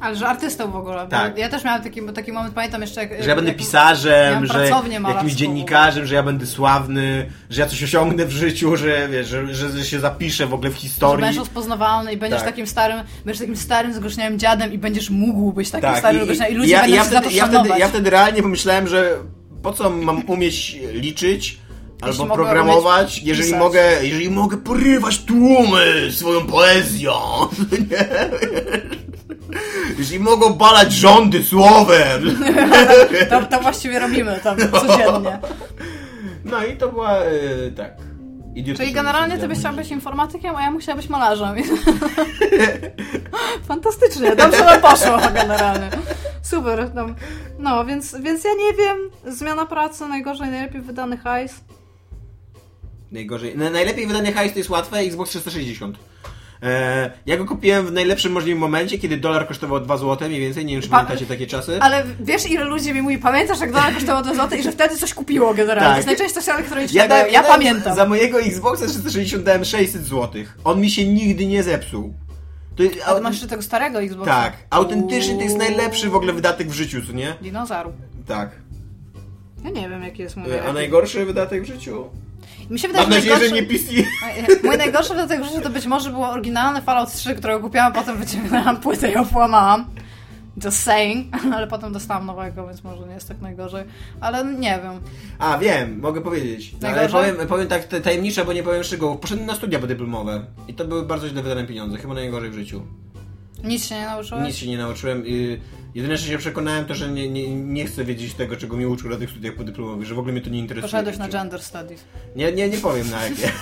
Ale że artystą w ogóle. Tak. Ja też miałam taki, taki moment, pamiętam jeszcze jak... Że ja będę pisarzem, że jakimś malarską. dziennikarzem, że ja będę sławny, że ja coś osiągnę w życiu, że wiesz, że, że, że się zapiszę w ogóle w historii. Że będziesz rozpoznawalny i będziesz tak. takim starym, będziesz takim starym, zgrzeczniałym dziadem i będziesz mógł być takim tak. starym, zgrzeczniałym i ludzie ja, będą ja się wtedy, za to ja szanować. wtedy, ja wtedy realnie pomyślałem, że po co mam umieć liczyć albo programować, jeżeli pisać. mogę, jeżeli mogę porywać tłumy swoją poezją. Nie? Jeśli mogą balać rządy słowem. to, to właściwie robimy tam codziennie. No i to była yy, tak. Czyli generalnie ty byś chciał być informatykiem, a ja musiała być malarzem. Fantastycznie, dobrze nam poszło generalnie. Super. No, no więc, więc ja nie wiem, zmiana pracy, najgorzej, najlepiej wydany hajs. Najgorzej. Na, najlepiej wydany hajs to jest łatwe, Xbox trzysta sześćdziesiąt. Eee, ja go kupiłem w najlepszym możliwym momencie, kiedy dolar kosztował dwa złote mniej więcej, nie wiem czy pa- pamiętacie takie czasy. Ale wiesz ile ludzi mi mówi, pamiętasz jak dolar kosztował dwa złote i że wtedy coś kupiło generalnie. Tak. To jest najczęściej coś elektronicznego. Ja, da, ja, ja pamiętam. Za mojego Xboxa trzysta sześćdziesiąt dałem sześćset złotych. On mi się nigdy nie zepsuł. To, a ty masz jeszcze tego starego Xboxa? Tak. Autentycznie to jest najlepszy w ogóle wydatek w życiu, co nie? Dinozaur. Tak. Ja nie wiem jaki jest mój A najlepszy. najgorszy wydatek w życiu? Mi się wydaje, Mam nadzieję, najgorszy... że nie P C. Mój najgorszy wydatek w życiu to być może było oryginalne Fallout trzy, którego kupiłam, potem wyciągnęłam płytę i opłamałam. Just saying. Ale potem dostałam nowego, więc może nie jest tak najgorzej. Ale nie wiem. A, wiem, mogę powiedzieć. Ale powiem, powiem tak tajemniczo, bo nie powiem szczegółów. Poszedłem na studia podyplomowe. I to były bardzo źle wydane pieniądze. Chyba najgorzej w życiu. Nic się nie nauczyłeś? Nic się nie nauczyłem. Jedyne, co się przekonałem, to, że nie, nie, nie chcę wiedzieć tego, czego mnie uczył na tych studiach podyplomowych, że w ogóle mnie to nie interesuje. Poszedłeś na gender studies. Nie, nie, nie powiem na jakie.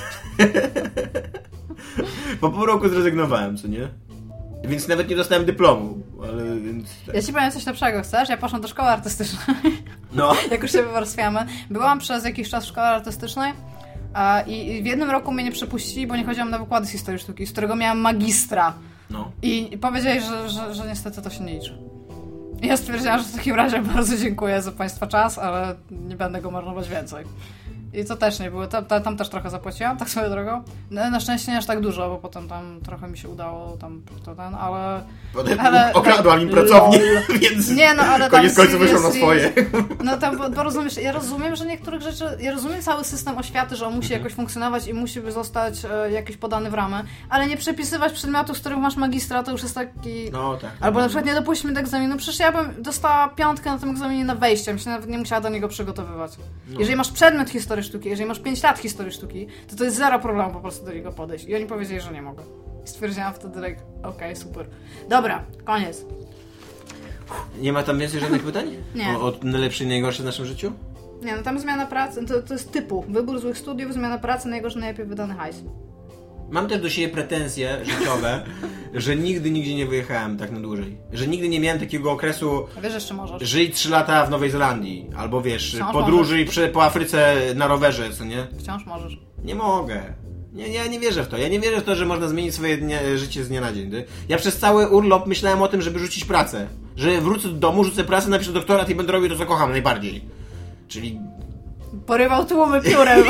Po pół roku zrezygnowałem, co nie? Więc nawet nie dostałem dyplomu, ale więc... Tak. Ja ci powiem coś lepszego, chcesz? Ja poszłam do szkoły artystycznej. No. Jak już się wywarstwiamy. Byłam przez jakiś czas w szkole artystycznej a, i w jednym roku mnie nie przepuścili, bo nie chodziłam na wykłady z historii sztuki, z którego miałam magistra. No. I powiedzieli, że, że, że niestety to się nie liczy. I ja stwierdziłam, że w takim razie bardzo dziękuję za Państwa czas, ale nie będę go marnować więcej. I to też nie było. Tam, tam też trochę zapłaciłam, tak swoją drogą. No, na szczęście nie aż tak dużo, bo potem tam trochę mi się udało tam to ten, ale... Potem ale okradłam im pracownię, więc nie, no, ale koniec końców wyszło na swoje. No tam, bo, bo rozumiesz, ja rozumiem, że niektórych rzeczy, ja rozumiem cały system oświaty, że on musi jakoś funkcjonować i musi zostać e, jakiś podany w ramę, ale nie przepisywać przedmiotów, z których masz magistra, to już jest taki... No tak. Albo na przykład nie dopuść mnie do egzaminu, przecież ja bym dostała piątkę na tym egzaminie na wejście, bym się nawet nie musiała do niego przygotowywać. No. Jeżeli masz przedmiot historii sztuki, jeżeli masz pięć lat historii sztuki, to to jest zero problemu po prostu do niego podejść. I oni powiedzieli, że nie mogę. I stwierdziłam wtedy, like, okej, okay, super. Dobra, koniec. Nie ma tam więcej żadnych pytań? Nie. O, o najlepsze i najgorsze w naszym życiu? Nie, no tam zmiana pracy, to, to jest typu. Wybór złych studiów, zmiana pracy, najgorszy, najlepiej wydany hajs. Mam też do siebie pretensje życiowe, że nigdy nigdzie nie wyjechałem tak na dłużej. Że nigdy nie miałem takiego okresu... A wiesz, jeszcze możesz. Żyć trzy lata w Nowej Zelandii. Albo wiesz, Wciąż podróży prze, po Afryce na rowerze, co nie? Wciąż możesz. Nie mogę. Nie, ja nie wierzę w to. Ja nie wierzę w to, że można zmienić swoje dnie, życie z dnia na dzień. Ja przez cały urlop myślałem o tym, żeby rzucić pracę. Że wrócę do domu, rzucę pracę, napiszę doktorat i będę robił to, co kocham najbardziej. Czyli... Porywał tłumy piórem.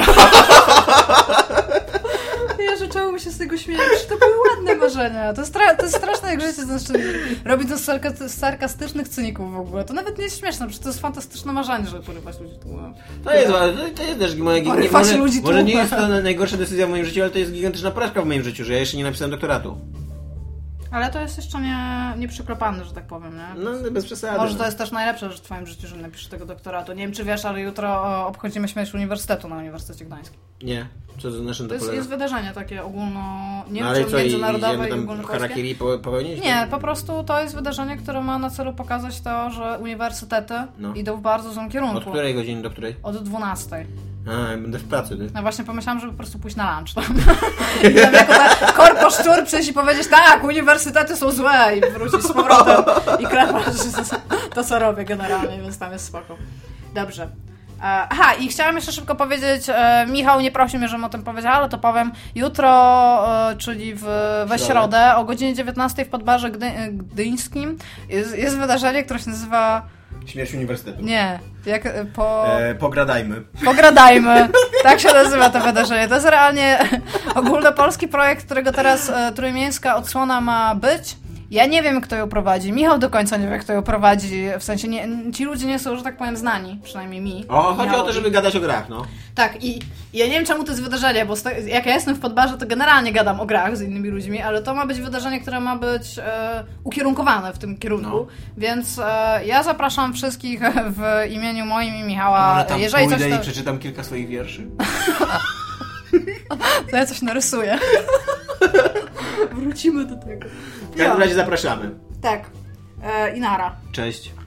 Ja że czemu mi się z tego śmieję? To były ładne marzenia. To jest, stra- to jest straszne, jak życie znaczy, robi to z sarka- sarkastycznych cyników w ogóle. To nawet nie jest śmieszne, przecież to jest fantastyczne marzenie, żeby porywać ludzi tłumem. To jest, to jest też moje... Nie, może, może nie jest to najgorsza decyzja w moim życiu, ale to jest gigantyczna porażka w moim życiu, że ja jeszcze nie napisałem doktoratu. Ale to jest jeszcze nie, nie przyklepane, że tak powiem, nie? No, bez przesady. Może to jest też najlepsze rzecz w twoim życiu, że napiszesz tego doktoratu. Nie wiem, czy wiesz, ale jutro obchodzimy śmierć uniwersytetu na Uniwersytecie Gdańskim. Nie. Co to znaczy? To jest, jest wydarzenie takie ogólno... Nie no, wiem, czy międzynarodowe i ogólnopolskie. Harakiri popełnić? Nie, po prostu to jest wydarzenie, które ma na celu pokazać to, że uniwersytety no. idą w bardzo złym kierunku. Od której godziny do której? Od dwunastej. A, będę w pracy, ty? No właśnie pomyślałam, żeby po prostu pójść na lunch tam. I tam jako ta korpo szczur przyjść i powiedzieć, tak, uniwersytety są złe i wrócić z powrotem i klepać to, co robię generalnie, więc tam jest spoko. Dobrze. Aha, i chciałam jeszcze szybko powiedzieć, e, Michał nie prosił mnie, żebym o tym powiedziała, ale to powiem. Jutro, e, czyli w, we środę o godzinie dziewiętnastej w Podbarze Gdy, Gdyńskim jest, jest wydarzenie, które się nazywa... Śmierć uniwersytetu. Nie, jak po... E, pogradajmy. Pogradajmy. Tak się nazywa to wydarzenie. To jest realnie ogólnopolski projekt, którego teraz e, trójmiejska odsłona ma być. Ja nie wiem, kto ją prowadzi. Michał do końca nie wie, kto ją prowadzi. W sensie nie, ci ludzie nie są, że tak powiem, znani. Przynajmniej mi. O, chodzi Michałowi. o to, żeby gadać o grach, no. Tak, i ja nie wiem, czemu to jest wydarzenie, bo sto- jak ja jestem w Podbarze, to generalnie gadam o grach z innymi ludźmi, ale to ma być wydarzenie, które ma być e, ukierunkowane w tym kierunku. No. Więc e, ja zapraszam wszystkich w imieniu moim i Michała. Może tam Jeżeli pójdę coś to... i przeczytam kilka swoich wierszy. To ja coś narysuję. Wrócimy do tego. W każdym razie zapraszamy. Tak. E, I nara. Cześć.